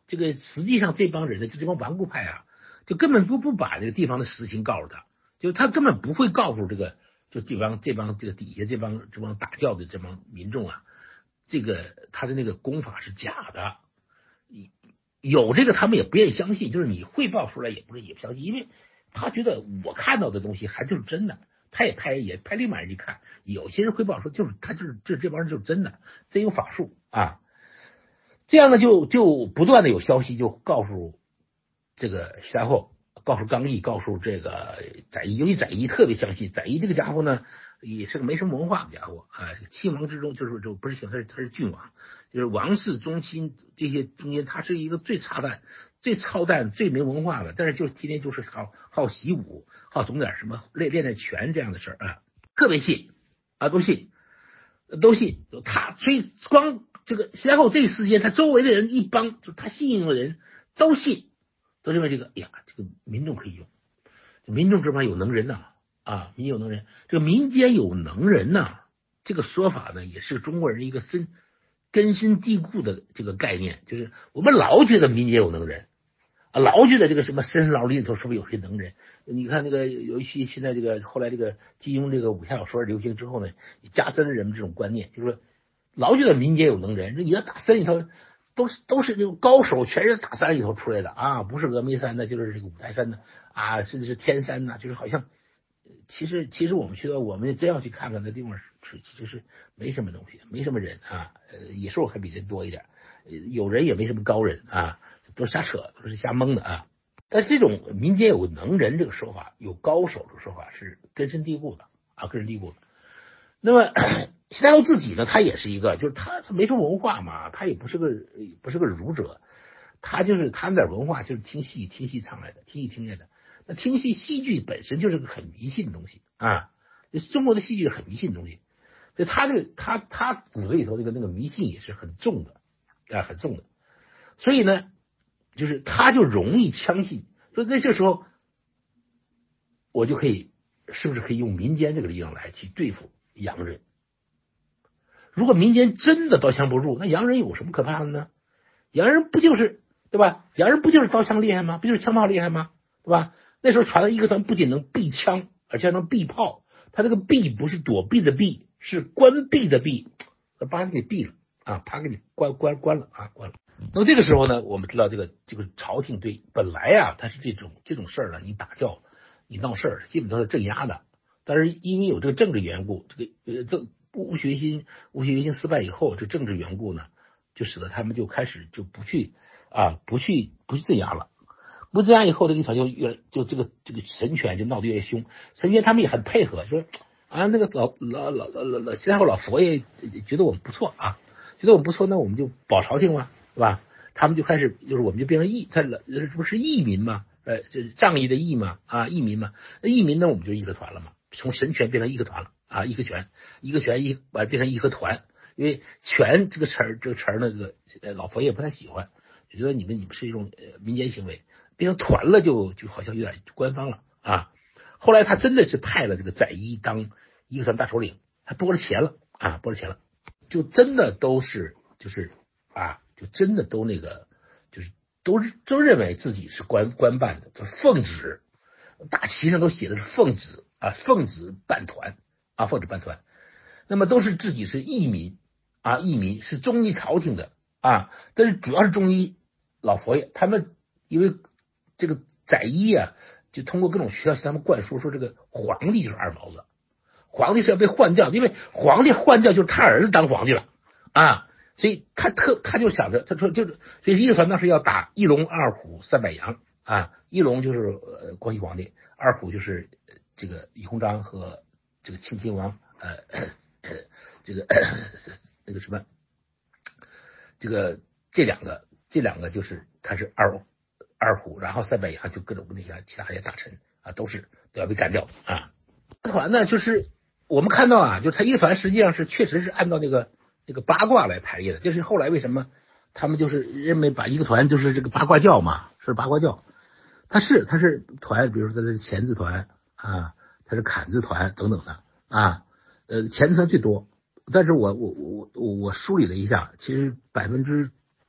这个实际上这帮人呢，就这帮顽固派啊，就根本不把这个地方的实情告诉他，就他根本不会告诉这个就这帮这个底下这帮打教的这帮民众啊，这个他的那个功法是假的，有这个他们也不愿意相信，就是你汇报出来也不相信，因为他觉得我看到的东西还就是真的。他也派立马人去看，有些人汇报说就是他就是这帮人就是真的，真有法术啊。这样呢就不断的有消息就告诉这个徐太后，告诉刚毅，告诉这个载漪，尤其载漪特别相信，载漪这个家伙呢也是个没什么文化的家伙啊，亲王之中就不是亲，他是郡王，就是王室宗亲这些中间，他是一个最操蛋、最没文化的，但是就是天天就是好习武，好懂点什么练点拳这样的事儿啊，特别信啊，都信。他所以光这个然后这个时间，他周围的人一帮就他信用的人都信，都认为这个哎呀，这个民众可以用，民众这边有能人呐啊，民有能人，这个民间有能人呐，这个说法呢也是中国人一个根深蒂固的这个概念，就是我们老觉得民间有能人。老觉得这个什么深山老林里头是不是有些能人？你看那个有一些现在这个后来这个金庸这个武侠小说流行之后呢，加深了人们这种观念，就是说老觉得民间有能人，你要打山里头都是这种高手，全是打山里头出来的啊，不是峨眉山的，就是这个五台山的啊，甚至是天山呐，就是好像其实我们我们真要去看看那地方其实是没什么东西，没什么人啊，野兽还比人多一点，有人也没什么高人啊。都是瞎扯，都是瞎蒙的啊！但是这种民间有能人这个说法，有高手这个说法是根深蒂固的啊，根深蒂固的。那么西太后自己呢，他也是一个，就是他没什么文化嘛，他也不是个儒者，他那点文化就是听戏唱来的，听来的。那听戏剧本身就是个很迷信的东西啊，中国的戏剧很迷信的东西，所以他骨子里头那个迷信也是很重的啊，很重的。所以呢。就是他就容易相信，所以在这时候，我就是不是可以用民间这个力量来去对付洋人？如果民间真的刀枪不入，那洋人有什么可怕的呢？洋人不就是对吧？洋人不就是刀枪厉害吗？不就是枪炮厉害吗？对吧？那时候传的义和团不仅能避枪，而且还能避炮。他这个避不是躲避的避，是关闭的闭，把你给闭了啊，把给你关了啊，关了。那么这个时候呢，我们知道这个朝廷本来啊，他是这种事儿呢，你打教你闹事儿，基本都是镇压的。但是因为有这个政治缘故，戊戌维新失败以后，这政治缘故呢，就使得他们就开始就不去镇压了。不镇压以后，这个团就这个神权就闹得越凶。神权他们也很配合，说啊那个老西太后老佛爷觉得我们不错啊，觉得我们不错，那我们就保朝廷嘛。是吧？他们就开始，就是我们就变成这不是义民嘛？就是仗义的义嘛，啊，义民嘛。那义民呢，我们就义和团了嘛，从神权变成义和团了啊，义和权完变成义和团，因为权这个词儿呢，这个老佛爷不太喜欢，就觉得你们是一种民间行为，变成团了就好像有点官方了啊。后来他真的是派了这个载漪当义和团大首领，他拨了钱了啊，就真的都是就是啊。就真的都就是都认为自己是官办的，就是奉旨，大旗上都写的是奉旨啊，奉旨办团啊，奉旨办团。那么都是自己是义民啊，义民是忠于朝廷的啊，但是主要是忠于老佛爷。他们因为这个载漪啊，就通过各种渠道向他们灌输说这个皇帝就是二毛子，皇帝是要被换掉，因为皇帝换掉就是他儿子当皇帝了啊。所以他就想着，他说所以义和团当时要打一龙二虎三百羊啊，一龙就是光绪皇帝，二虎就是这个李鸿章和这个庆亲王这个那个什么这两个就是他是二虎，然后三百羊就各种那些其他些大臣啊都要被干掉啊。义和团呢，就是我们看到啊，就是他义和团实际上是确实是按照那个八卦来排列的，就是后来为什么他们就是认为把义和团就是这个八卦教嘛，是八卦教，他是团，比如说他是钱字团啊，他是坎字团等等的啊，钱字团最多，但是我梳理了一下，其实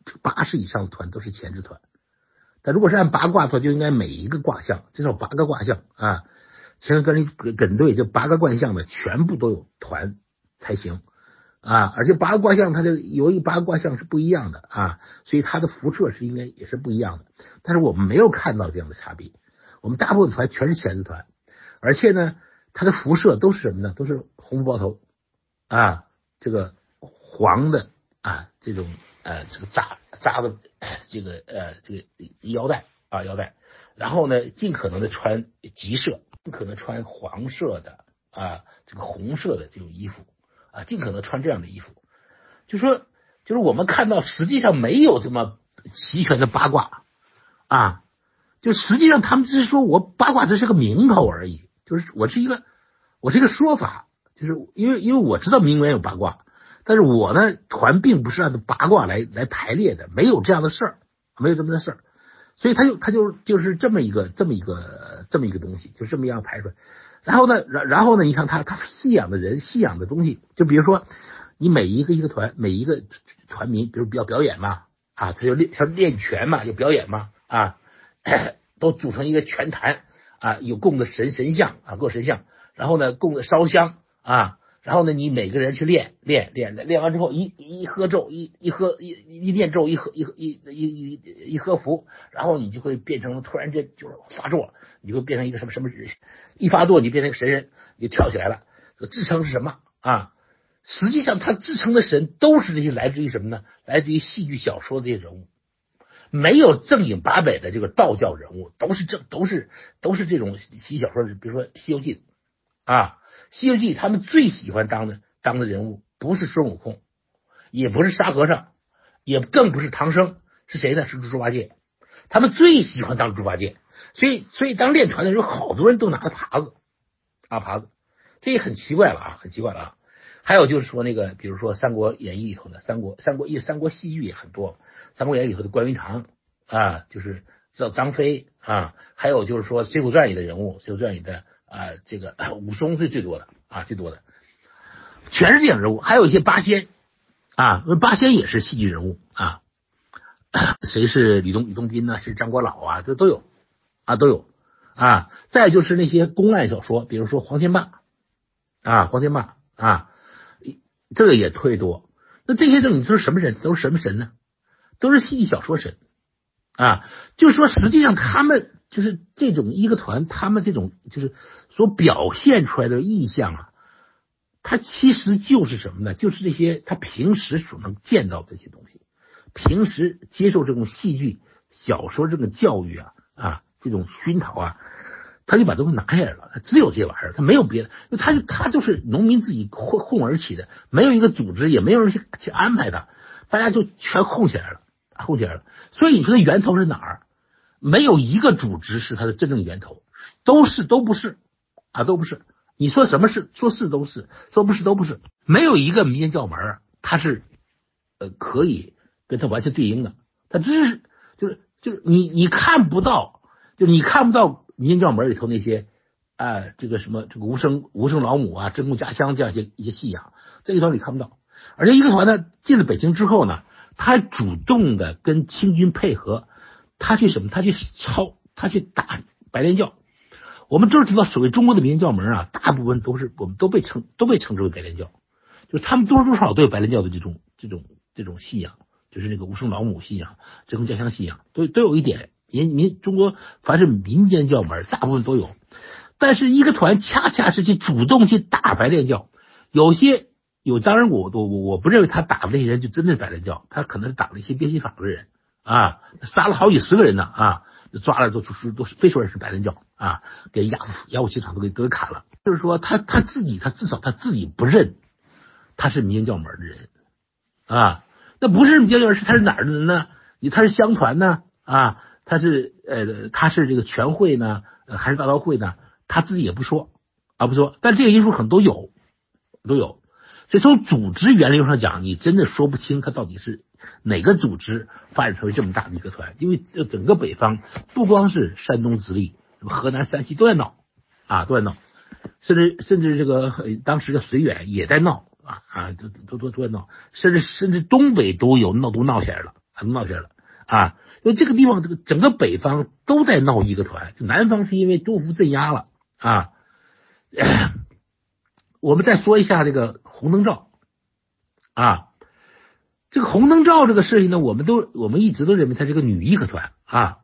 80%以上的团都是前置团。但如果是按八卦的话，就应该每一个卦象至少8个卦象啊，乾艮艮兑这8个卦象的全部都有团才行啊，而且8个卦象它的由于8个卦象是不一样的啊，所以它的辐射是应该也是不一样的。但是我们没有看到这样的差别，我们大部分团全是前置团，而且呢，它的辐射都是什么呢？都是红布包头啊，这个黄的啊，这种这个扎的这个腰带，然后呢，尽可能的穿极色，尽可能穿黄色的这个红色的这种衣服啊，尽可能穿这样的衣服。就是我们看到实际上没有这么齐全的八卦啊，就实际上他们只是说我八卦只是个名头而已，就是我是一个说法，就是因为我知道名媛有八卦。但是我呢，团并不是按照八卦来排列的，没有这样的事儿，所以就是这么一个东西，就这么样排出来。然后呢，你看他信仰的人信仰的东西，就比如说你每一个团，每一个团民，比如表演嘛，啊，他练拳嘛，有表演嘛，啊，都组成一个拳坛啊，有供的神像啊，供神像，然后呢，供的烧香啊。然后呢，你每个人去练完之后，一喝咒，一念咒，一喝符，然后你就会变成突然间就是发作，你就会变成一个什么一发作你变成一个神人，你就跳起来了。自称是什么啊？实际上他自称的神都是这些来自于什么呢？来自于戏剧小说的这些人物，没有正经八百的这个道教人物，都是这种戏剧小说，比如说《西游记》啊。《西游记》他们最喜欢当的人物不是孙悟空，也不是沙和尚，也更不是唐僧，是谁呢？是猪八戒。他们最喜欢当猪八戒，所以当练团的时候，好多人都拿着耙子，这也很奇怪了啊。还有就是说那个，比如说《三国演义》里头的三国戏剧也很多，《三国演义》里头的关云长啊，就是知道张飞啊，还有就是说《水浒传》里的人物，《水浒传》里的这个武松是最多的，全是这样人物。还有一些八仙啊，八仙也是戏剧人物啊，谁是吕洞宾呢？是张国老啊，这都有啊。再就是那些公案小说，比如说黄天霸啊，这个也特别多。那这些你说什么人？都是什么神呢？都是戏剧小说神啊。就是说，实际上他们就是这种一个团，他们这种就是所表现出来的意象啊，它其实就是什么呢？就是这些他平时所能见到的这些东西，平时接受这种戏剧小说这个教育啊，这种熏陶啊，他就把东西拿下来了，他只有这玩意儿，他没有别的，他就是农民自己混而起的，没有一个组织，也没有人去安排他，大家就全混起来了。所以你说它源头是哪儿？没有一个组织是它的真正源头，都不是。你说什么是？说是都是，说不是都不是。没有一个民间教门它是可以跟它完全对应的，它只是就是你看不到，就你看不到民间教门里头那些这个什么这个无声老母啊，真供家乡这样一些信仰，这一团里看不到。而且一个团呢进了北京之后呢，他主动的跟清军配合，他去打白莲教。我们都知道，所谓中国的民间教门大部分我们都被称之为白莲教，就是他们多多少少都有白莲教的这种信仰，就是那个无声老母信仰、真供家乡信仰，都有一点。中国凡是民间教门，大部分都有。但是一个团恰恰是去主动去打白莲教，当然我不认为他打的那些人就真的是白莲教，他可能是打了一些变戏法的人啊，杀了好几十个人呢啊，抓了都非说人是白莲教啊，给押武器场都给砍了。就是说他至少他自己不认他是民间教门的人啊，那不是民间教门，他是哪儿的人呢？他是乡团呢啊，他是这个全会呢，还是大道会呢？他自己也不说，但这个因素可能都有。所以从组织原理上讲，你真的说不清它到底是哪个组织发展成为这么大的一个团，因为整个北方不光是山东直隶，河南、山西都在闹，甚至这个当时的绥远也在闹都在闹，甚至东北都闹起来了能闹起来了啊！因为这个地方，这个整个北方都在闹义和团，就南方是因为多福镇压了啊。我们再说一下这个红灯照啊，这个红灯照这个事情呢，我们一直都认为它是个女义和团啊。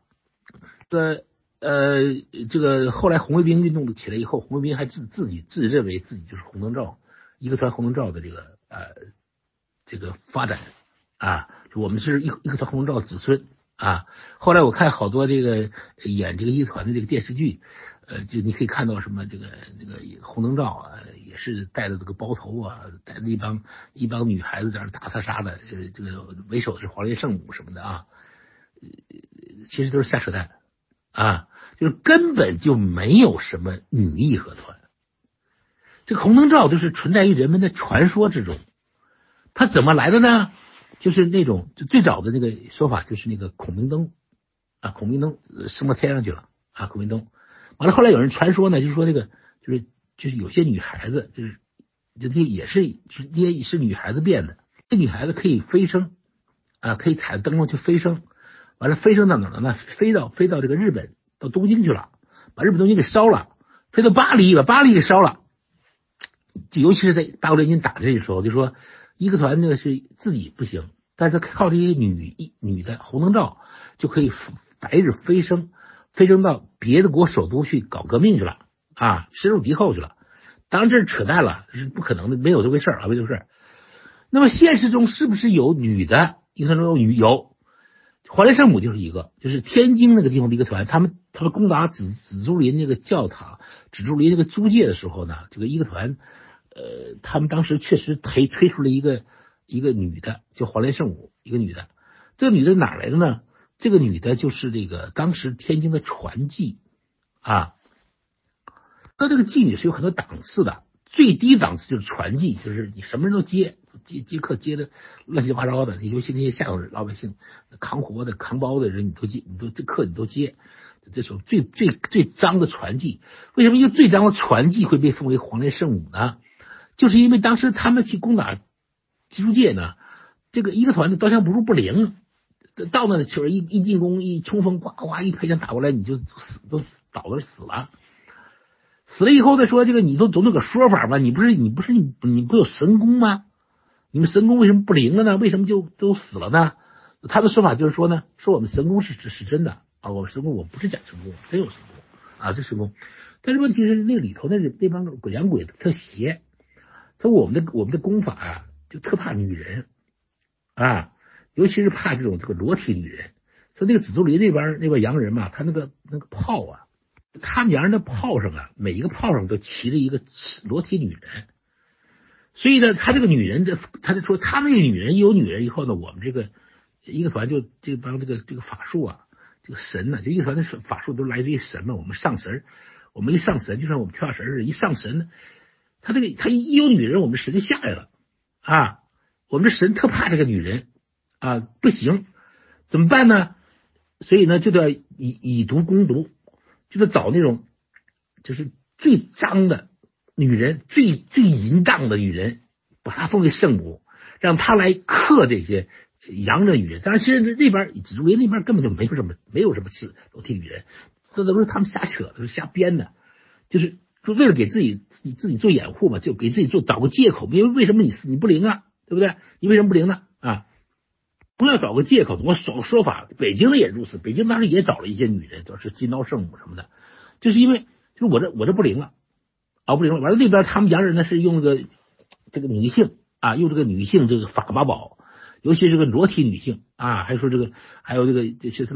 这个后来红卫兵运动起来以后，红卫兵还自己自认为自己就是红灯照义和团红灯照的这个发展啊，我们是义和团红灯照子孙啊。后来我看好多这个演这个义和团的这个电视剧，就你可以看到什么这个红灯照啊，也是戴着这个包头啊，带着一帮女孩子在那打杀杀的，这个为首是黄莲圣母什么的啊，其实都是瞎扯淡啊，就是根本就没有什么女义和团。这个红灯照就是存在于人们的传说之中，它怎么来的呢？就是那种就最早的那个说法，就是那个孔明灯啊，孔明灯升到天上去了啊，孔明灯。完了后来有人传说呢，就是说这个就是有些女孩子就这也是女孩子变的，这女孩子可以飞升啊，可以踩灯笼去飞升。完了飞升到哪儿了呢？飞到这个日本，到东京去了，把日本东京给烧了，飞到巴黎，把巴黎给烧了。就尤其是在八国联军打这时候，就说义和团那个是自己不行，但是他靠这些女的红灯照就可以白日飞升到别的国首都去搞革命去了啊，深入敌后去了。当然这是扯淡了，这是不可能的，没有这回事啊，没这回事。那么现实中是不是有女的义和团中有？黄莲圣母就是一个，就是天津那个地方的一个团，他们攻打紫竹林那个教堂、紫竹林那个租界的时候呢，这个一个团，他们当时确实推出了一个女的，叫黄莲圣母，一个女的。这个女的哪来的呢？这个女的就是这个当时天津的船妓啊。那这个妓女是有很多档次的，最低档次就是船妓，就是你什么人都接客接的乱七八糟的，尤其那些下等老百姓扛活的扛包的人你都接，这客你都接，这种最脏的船妓。为什么一个最脏的船妓会被奉为黄莲圣母呢？就是因为当时他们去攻打基督界呢，这个一个团的刀枪不入不灵，到那球一进攻一冲锋，呱呱一排枪打过来，你就都倒了死了。死了以后再说这个，你总有个说法吧？你不有神功吗？你们神功为什么不灵了呢？为什么就都死了呢？他的说法就是说呢，说我们神功是真的啊，我们神功我不是假神功，真有神功啊，这神功。但是问题是那个里头那帮鬼洋鬼特邪，说我们的功法啊，就特怕女人啊，尤其是怕这个裸体女人。说那个紫竹林那边洋人嘛，他那个炮啊。他们洋人的炮上啊，每一个炮上都骑着一个裸体女人，所以呢，他这个女人他就说，他那个女人一有女人以后呢，我们这个一个团就这帮这个法术啊，这个神呢，就一个团的法术都来自于神嘛，我们上神，我们一上神，就像我们跳下神似的，一上神，他一有女人，我们神就下来了啊，我们的神特怕这个女人啊，不行，怎么办呢？所以呢，就得以毒攻毒。就是找那种就是最脏的女人，最淫荡的女人，把她奉为圣母，让她来克这些洋的女人。当然，其实那边紫竹林那边根本就没有什么赤裸体女人，这都是他们瞎扯的，是瞎编的，就是为了给自己做掩护嘛，就给自己找个借口。因为为什么你不灵啊？对不对？你为什么不灵呢？啊？不要找个借口，我说法，北京的也如此。北京当时也找了一些女人，就是金刀圣母什么的，就是因为就是我这不灵了啊，不灵了。完了那边他们洋人呢是用这个女性啊，用这个女性这个法八宝，尤其是个裸体女性啊，还有这个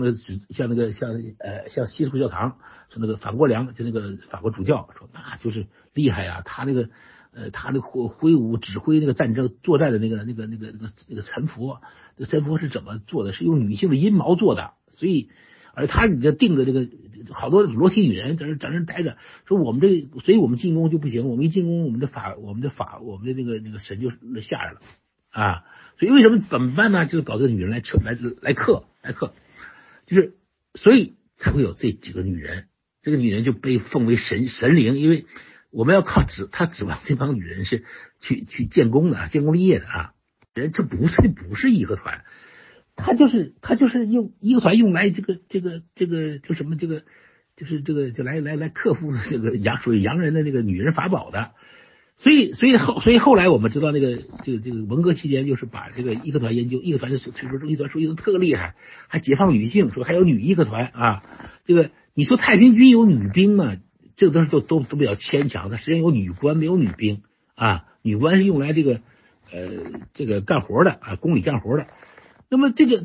像西图教堂，说那个法国良，就那个法国主教说那就是厉害啊，他那个挥舞指挥那个战争作战的那个臣服，这个臣服是怎么做的？是用女性的阴毛做的，所以而他你定着这个好多裸体女人在那待着，说我们所以我们进攻就不行，我们一进攻我们的那个神就下来了啊，所以为什么怎么办呢？就搞这个女人来克，就是所以才会有这几个女人，这个女人就被奉为神灵，因为我们要靠他指望这帮女人是去建功的，建功立业的啊。人这不是义和团， 他就是用义和团用来这个就什么这个就是这个就来克服这个属于洋人的那个女人法宝的。所以后来我们知道这个文革期间，就是把这个义和团研究，义和团推出义和团说义和团特厉害，还解放女性，说还有女义和团啊。这个你说太平军有女兵吗？这个都比较牵强的，实际上有女官没有女兵啊，女官是用来这个干活的啊，宫里干活的。那么这个，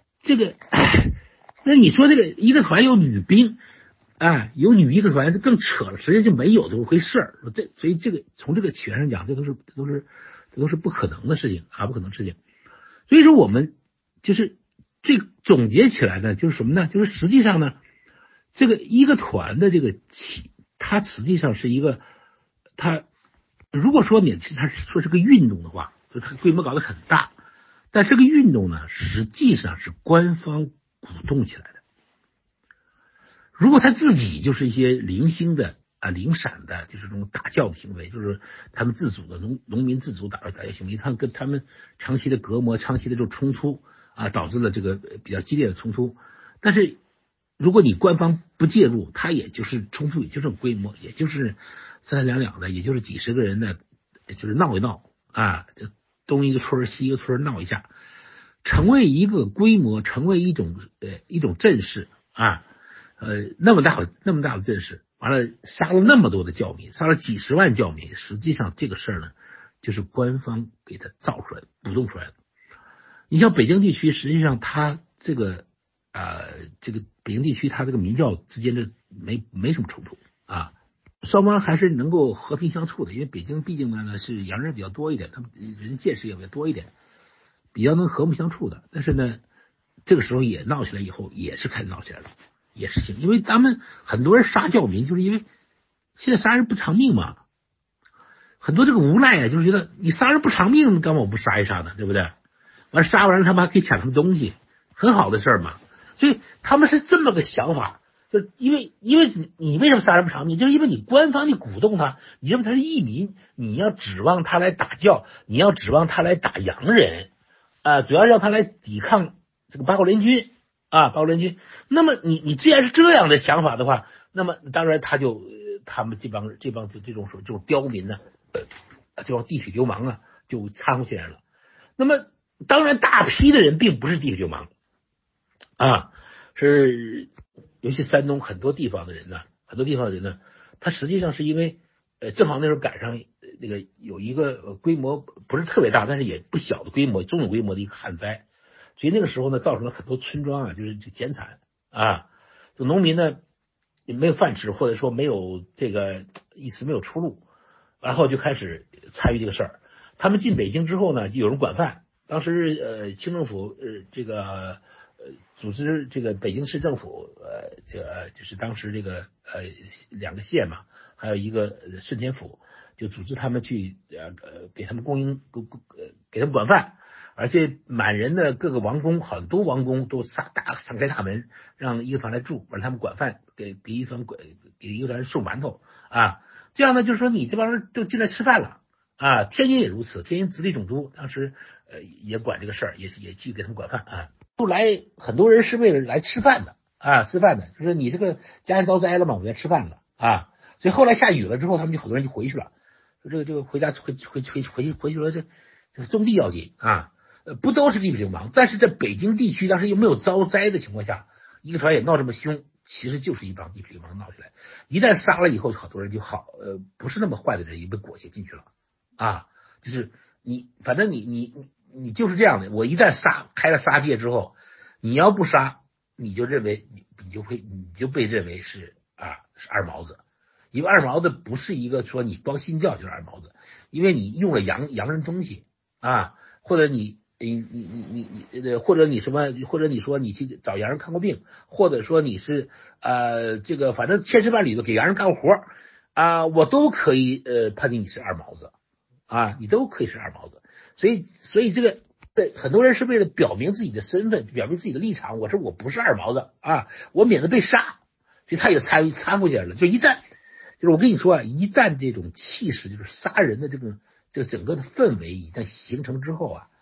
那你说这个义和团有女兵？啊，有女义和团这更扯了，实际上就没有这么回事儿。所以这个从这个起源上讲，这都是不可能的事情啊，不可能的事情。所以说我们就是这总结起来呢，就是什么呢？就是实际上呢，这个义和团的它实际上是一个，它如果说它说是个运动的话，就它规模搞得很大，但这个运动呢，实际上是官方鼓动起来的。如果他自己就是一些零星的零散的，就是这种打教的行为，就是他们自主的农民自主打教行为，他们跟他们长期的隔膜、长期的这种冲突啊，导致了这个比较激烈的冲突。但是如果你官方不介入，他也就是冲突，也就这种规模，也就是三三两两的，也就是几十个人的，就是闹一闹啊，就东一个村西一个村闹一下，成为一个规模，成为一种阵势啊。那么大的阵势，完了杀了那么多的教民，杀了几十万教民，实际上这个事儿呢，就是官方给他造出来的，鼓动出来的。你像北京地区，实际上它这个北京地区，它这个民教之间的没什么冲突啊，双方还是能够和平相处的，因为北京毕竟呢是洋人比较多一点，他们人见识也比较多一点，比较能和睦相处的。但是呢，这个时候也闹起来以后，也是开始闹起来了。也是行，因为他们很多人杀教民，就是因为现在杀人不偿命嘛。很多这个无赖啊，就是觉得你杀人不偿命，干嘛我不杀一杀呢？对不对？完杀完了，他们还可以抢他们东西，很好的事儿嘛。所以他们是这么个想法，就是因为你为什么杀人不偿命？就是因为你官方你鼓动他，你认为他是义民，你要指望他来打教，你要指望他来打洋人啊，主要让他来抵抗这个八国联军。八国联军，那么你既然是这样的想法的话，那么当然他们这种刁民呢，这帮地痞流氓啊，就掺和进来了。那么当然大批的人并不是地痞流氓啊，是尤其山东很多地方的人呢，他实际上是因为正好那时候赶上那个有一个规模不是特别大，但是也不小的规模，中等规模的一个旱灾。所以那个时候呢，造成了很多村庄啊，就是减产啊，就农民呢也没有饭吃，或者说没有这个一时没有出路，然后就开始参与这个事儿。他们进北京之后呢，就有人管饭。当时清政府组织这个北京市政府就是当时这个2个县嘛，还有一个顺天府，就组织他们去给他们供应给他们管饭。而且满人的各个王公，很多王公都敞开大门，让义和团来住，让他们管饭，给义和团送馒头啊。这样呢，就是说你这帮人都进来吃饭了啊。天津也如此，天津直隶总督当时也管这个事儿，也去给他们管饭啊。后来很多人是为了来吃饭的啊，就是你这个家人遭灾了嘛，我们要吃饭了啊。所以后来下雨了之后，他们就很多人就回去了，说这个回家回去了，这种地要紧啊。不都是地痞流氓，但是在北京地区当时又没有遭灾的情况下，义和团也闹这么凶，其实就是一帮地痞流氓闹起来。一旦杀了以后，好多人就不是那么坏的人也被裹挟进去了啊。就是反正你就是这样的。我一旦开了杀戒之后，你要不杀，你就认为你就被认为是二毛子，因为二毛子不是一个说你光信教就是二毛子，因为你用了洋人东西啊，或者或者你什么，或者你说你去找洋人看过病，或者说你是这个反正千丝万缕的给洋人干活啊，我都可以判定你是二毛子啊，你都可以是二毛子。所以这个很多人是为了表明自己的身份，表明自己的立场，我说我不是二毛子啊，我免得被杀，所以他也掺和进来了。就是我跟你说啊，一旦这种气势，就是杀人的这个整个的氛围一旦形成之后啊，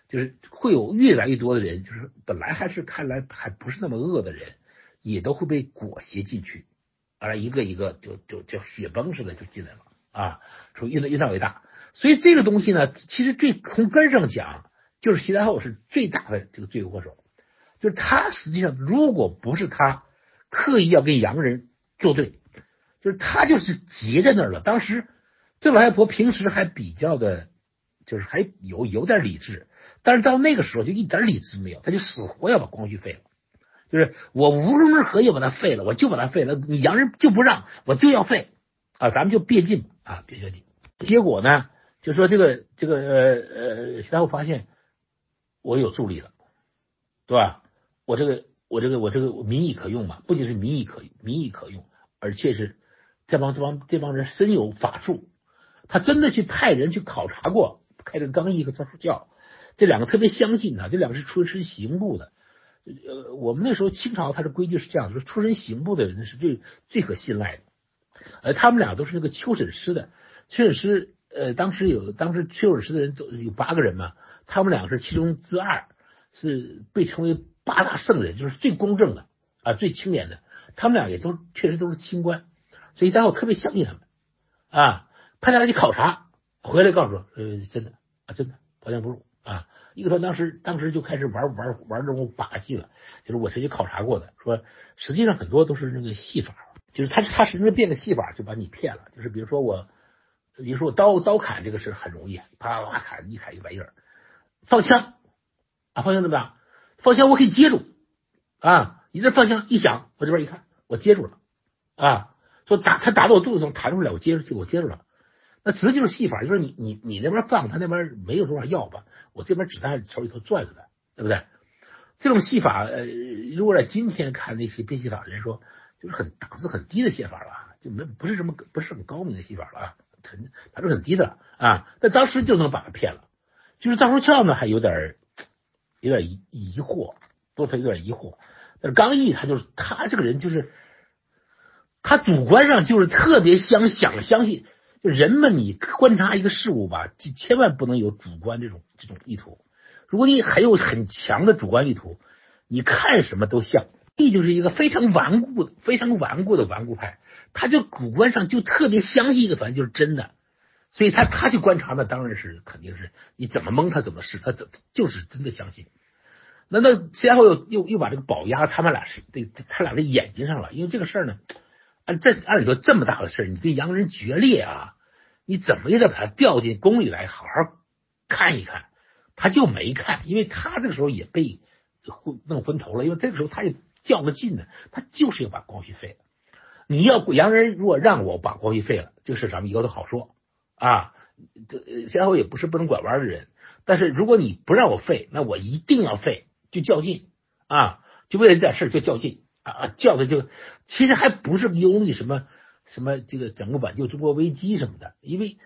就是会有越来越多的人，就是本来还是看来还不是那么恶的人，也都会被裹挟进去，一个一个就雪崩似的就进来了啊，说越大为大。所以这个东西呢，其实从根上讲，就是习太后是最大的这个罪魁祸首，就是他实际上如果不是他刻意要跟洋人作对，就是他就是结在那儿了。当时郑老太婆平时还比较的，就是还有点理智，但是到那个时候就一点理智没有，他就死活要把光绪废了。就是我无论如何要把它废了，我就把它废了，你洋人就不让，我就要废啊，咱们就别进啊，别进。结果呢，就说习太后发现我有助力了，对吧？我这个民意可用嘛，不仅是民意可用，而且是这帮人深有法术，他真的去派人去考察过，开这个刚毅和张书教，这两个特别相信他，这两个是出身刑部的。我们那时候清朝它的规矩是这样，说出身刑部的人是最可信赖的。他们俩都是那个秋审师的，秋审师当时秋审师的人都有8个人嘛，他们俩是其中之2，是被称为8大圣人，就是最公正的啊，最清廉的。他们俩也都确实都是清官，所以我特别相信他们啊，派他俩去考察，回来告诉说，真的刀枪不入啊。义和团当时就开始玩这种把戏了，就是我曾经考察过的，说实际上很多都是那个戏法，就是他实际上变个戏法就把你骗了。就是比如说我刀砍这个事很容易，啪啪砍一玩意儿，放枪啊，放枪怎么样？放枪我可以接住啊，你这放枪一响，我这边一看我接住了啊，说他打到我肚子上弹出来，我接住了。那指的就是戏法，就是你那边放，他那边没有多少药吧，我这边子弹手里头攥着的，对不对？这种戏法，如果在今天看那些变戏法的人说，就是档次很低的戏法了，就不是很高明的戏法了啊，他是很低的啊。但当时就能把他骗了，就是张书翘呢还有点疑惑，多他有点疑惑，但是刚毅他这个人就是他主观上就是特别相信。就人们，你观察一个事物吧，就千万不能有主观这种意图。如果你还有很强的主观意图，你看什么都像。就是一个非常顽固的顽固派，他就主观上就特别相信一个团就是真的，所以他去观察呢，当然是肯定是你怎么蒙他怎么是，他就是真的相信。那然后又把这个宝压他俩的眼睛上了，因为这个事儿呢。按理说这么大的事你跟洋人决裂啊，你怎么也得把他调进宫里来好好看一看。他就没看，因为他这个时候也被弄昏头了，因为这个时候他也较个劲呢，他就是要把光绪废了。你要洋人如果让我把光绪废了，这个事咱们以后都好说啊。然后也不是不能拐弯的人，但是如果你不让我废，那我一定要废，就较劲啊，就为了这点事就较劲。叫的就其实还不是忧虑什么这个整个挽救中国危机什么的，因为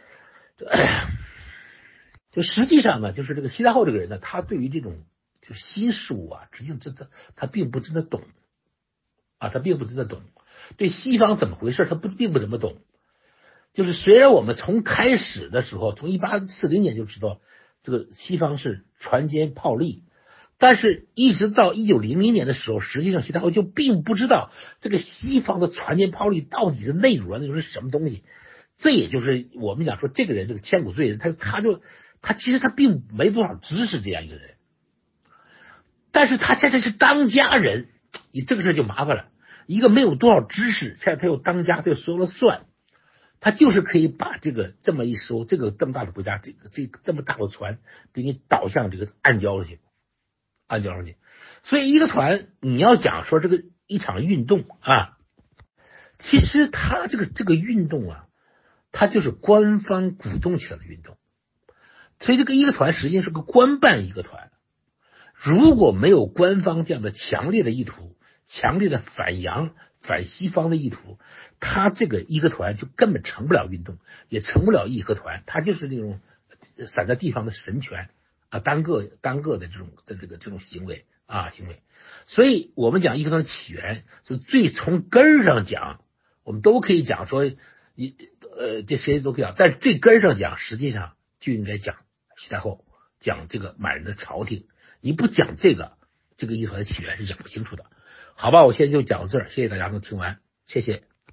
就实际上呢，就是这个习太后这个人呢，他对于这种就是新事物啊，实际上他并不真的懂啊，他并不真的懂对西方怎么回事，他并不怎么懂。就是虽然我们从开始的时候，从1840年就知道这个西方是船坚炮利。但是，一直到1900年的时候，实际上习太后就并不知道这个西方的船坚炮利到底是内容是什么东西。这也就是我们讲说这个人这个千古罪人，他其实他并没多少知识这样一个人，但是他现在是当家人，你这个事就麻烦了。一个没有多少知识，现在他又当家，他又说了算，他就是可以把这个这么一艘这么大的国家，这么大的船给你导向这个暗礁去。所以义和团你要讲说这个一场运动啊，其实他这个运动啊，它就是官方鼓动起来的运动。所以这个义和团实际上是个官办义和团，如果没有官方这样的强烈的意图，强烈的反洋反西方的意图，他这个义和团就根本成不了运动，也成不了义和团，他就是那种散在地方的神权啊，单个的这种行为。所以我们讲义和团的起源，是最从根上讲，我们都可以讲说，这些都可以讲，但是最根上讲，实际上就应该讲习太后讲这个满人的朝廷，你不讲这个义和团的起源是讲不清楚的。好吧，我现在就讲到这儿，谢谢大家能听完，谢谢。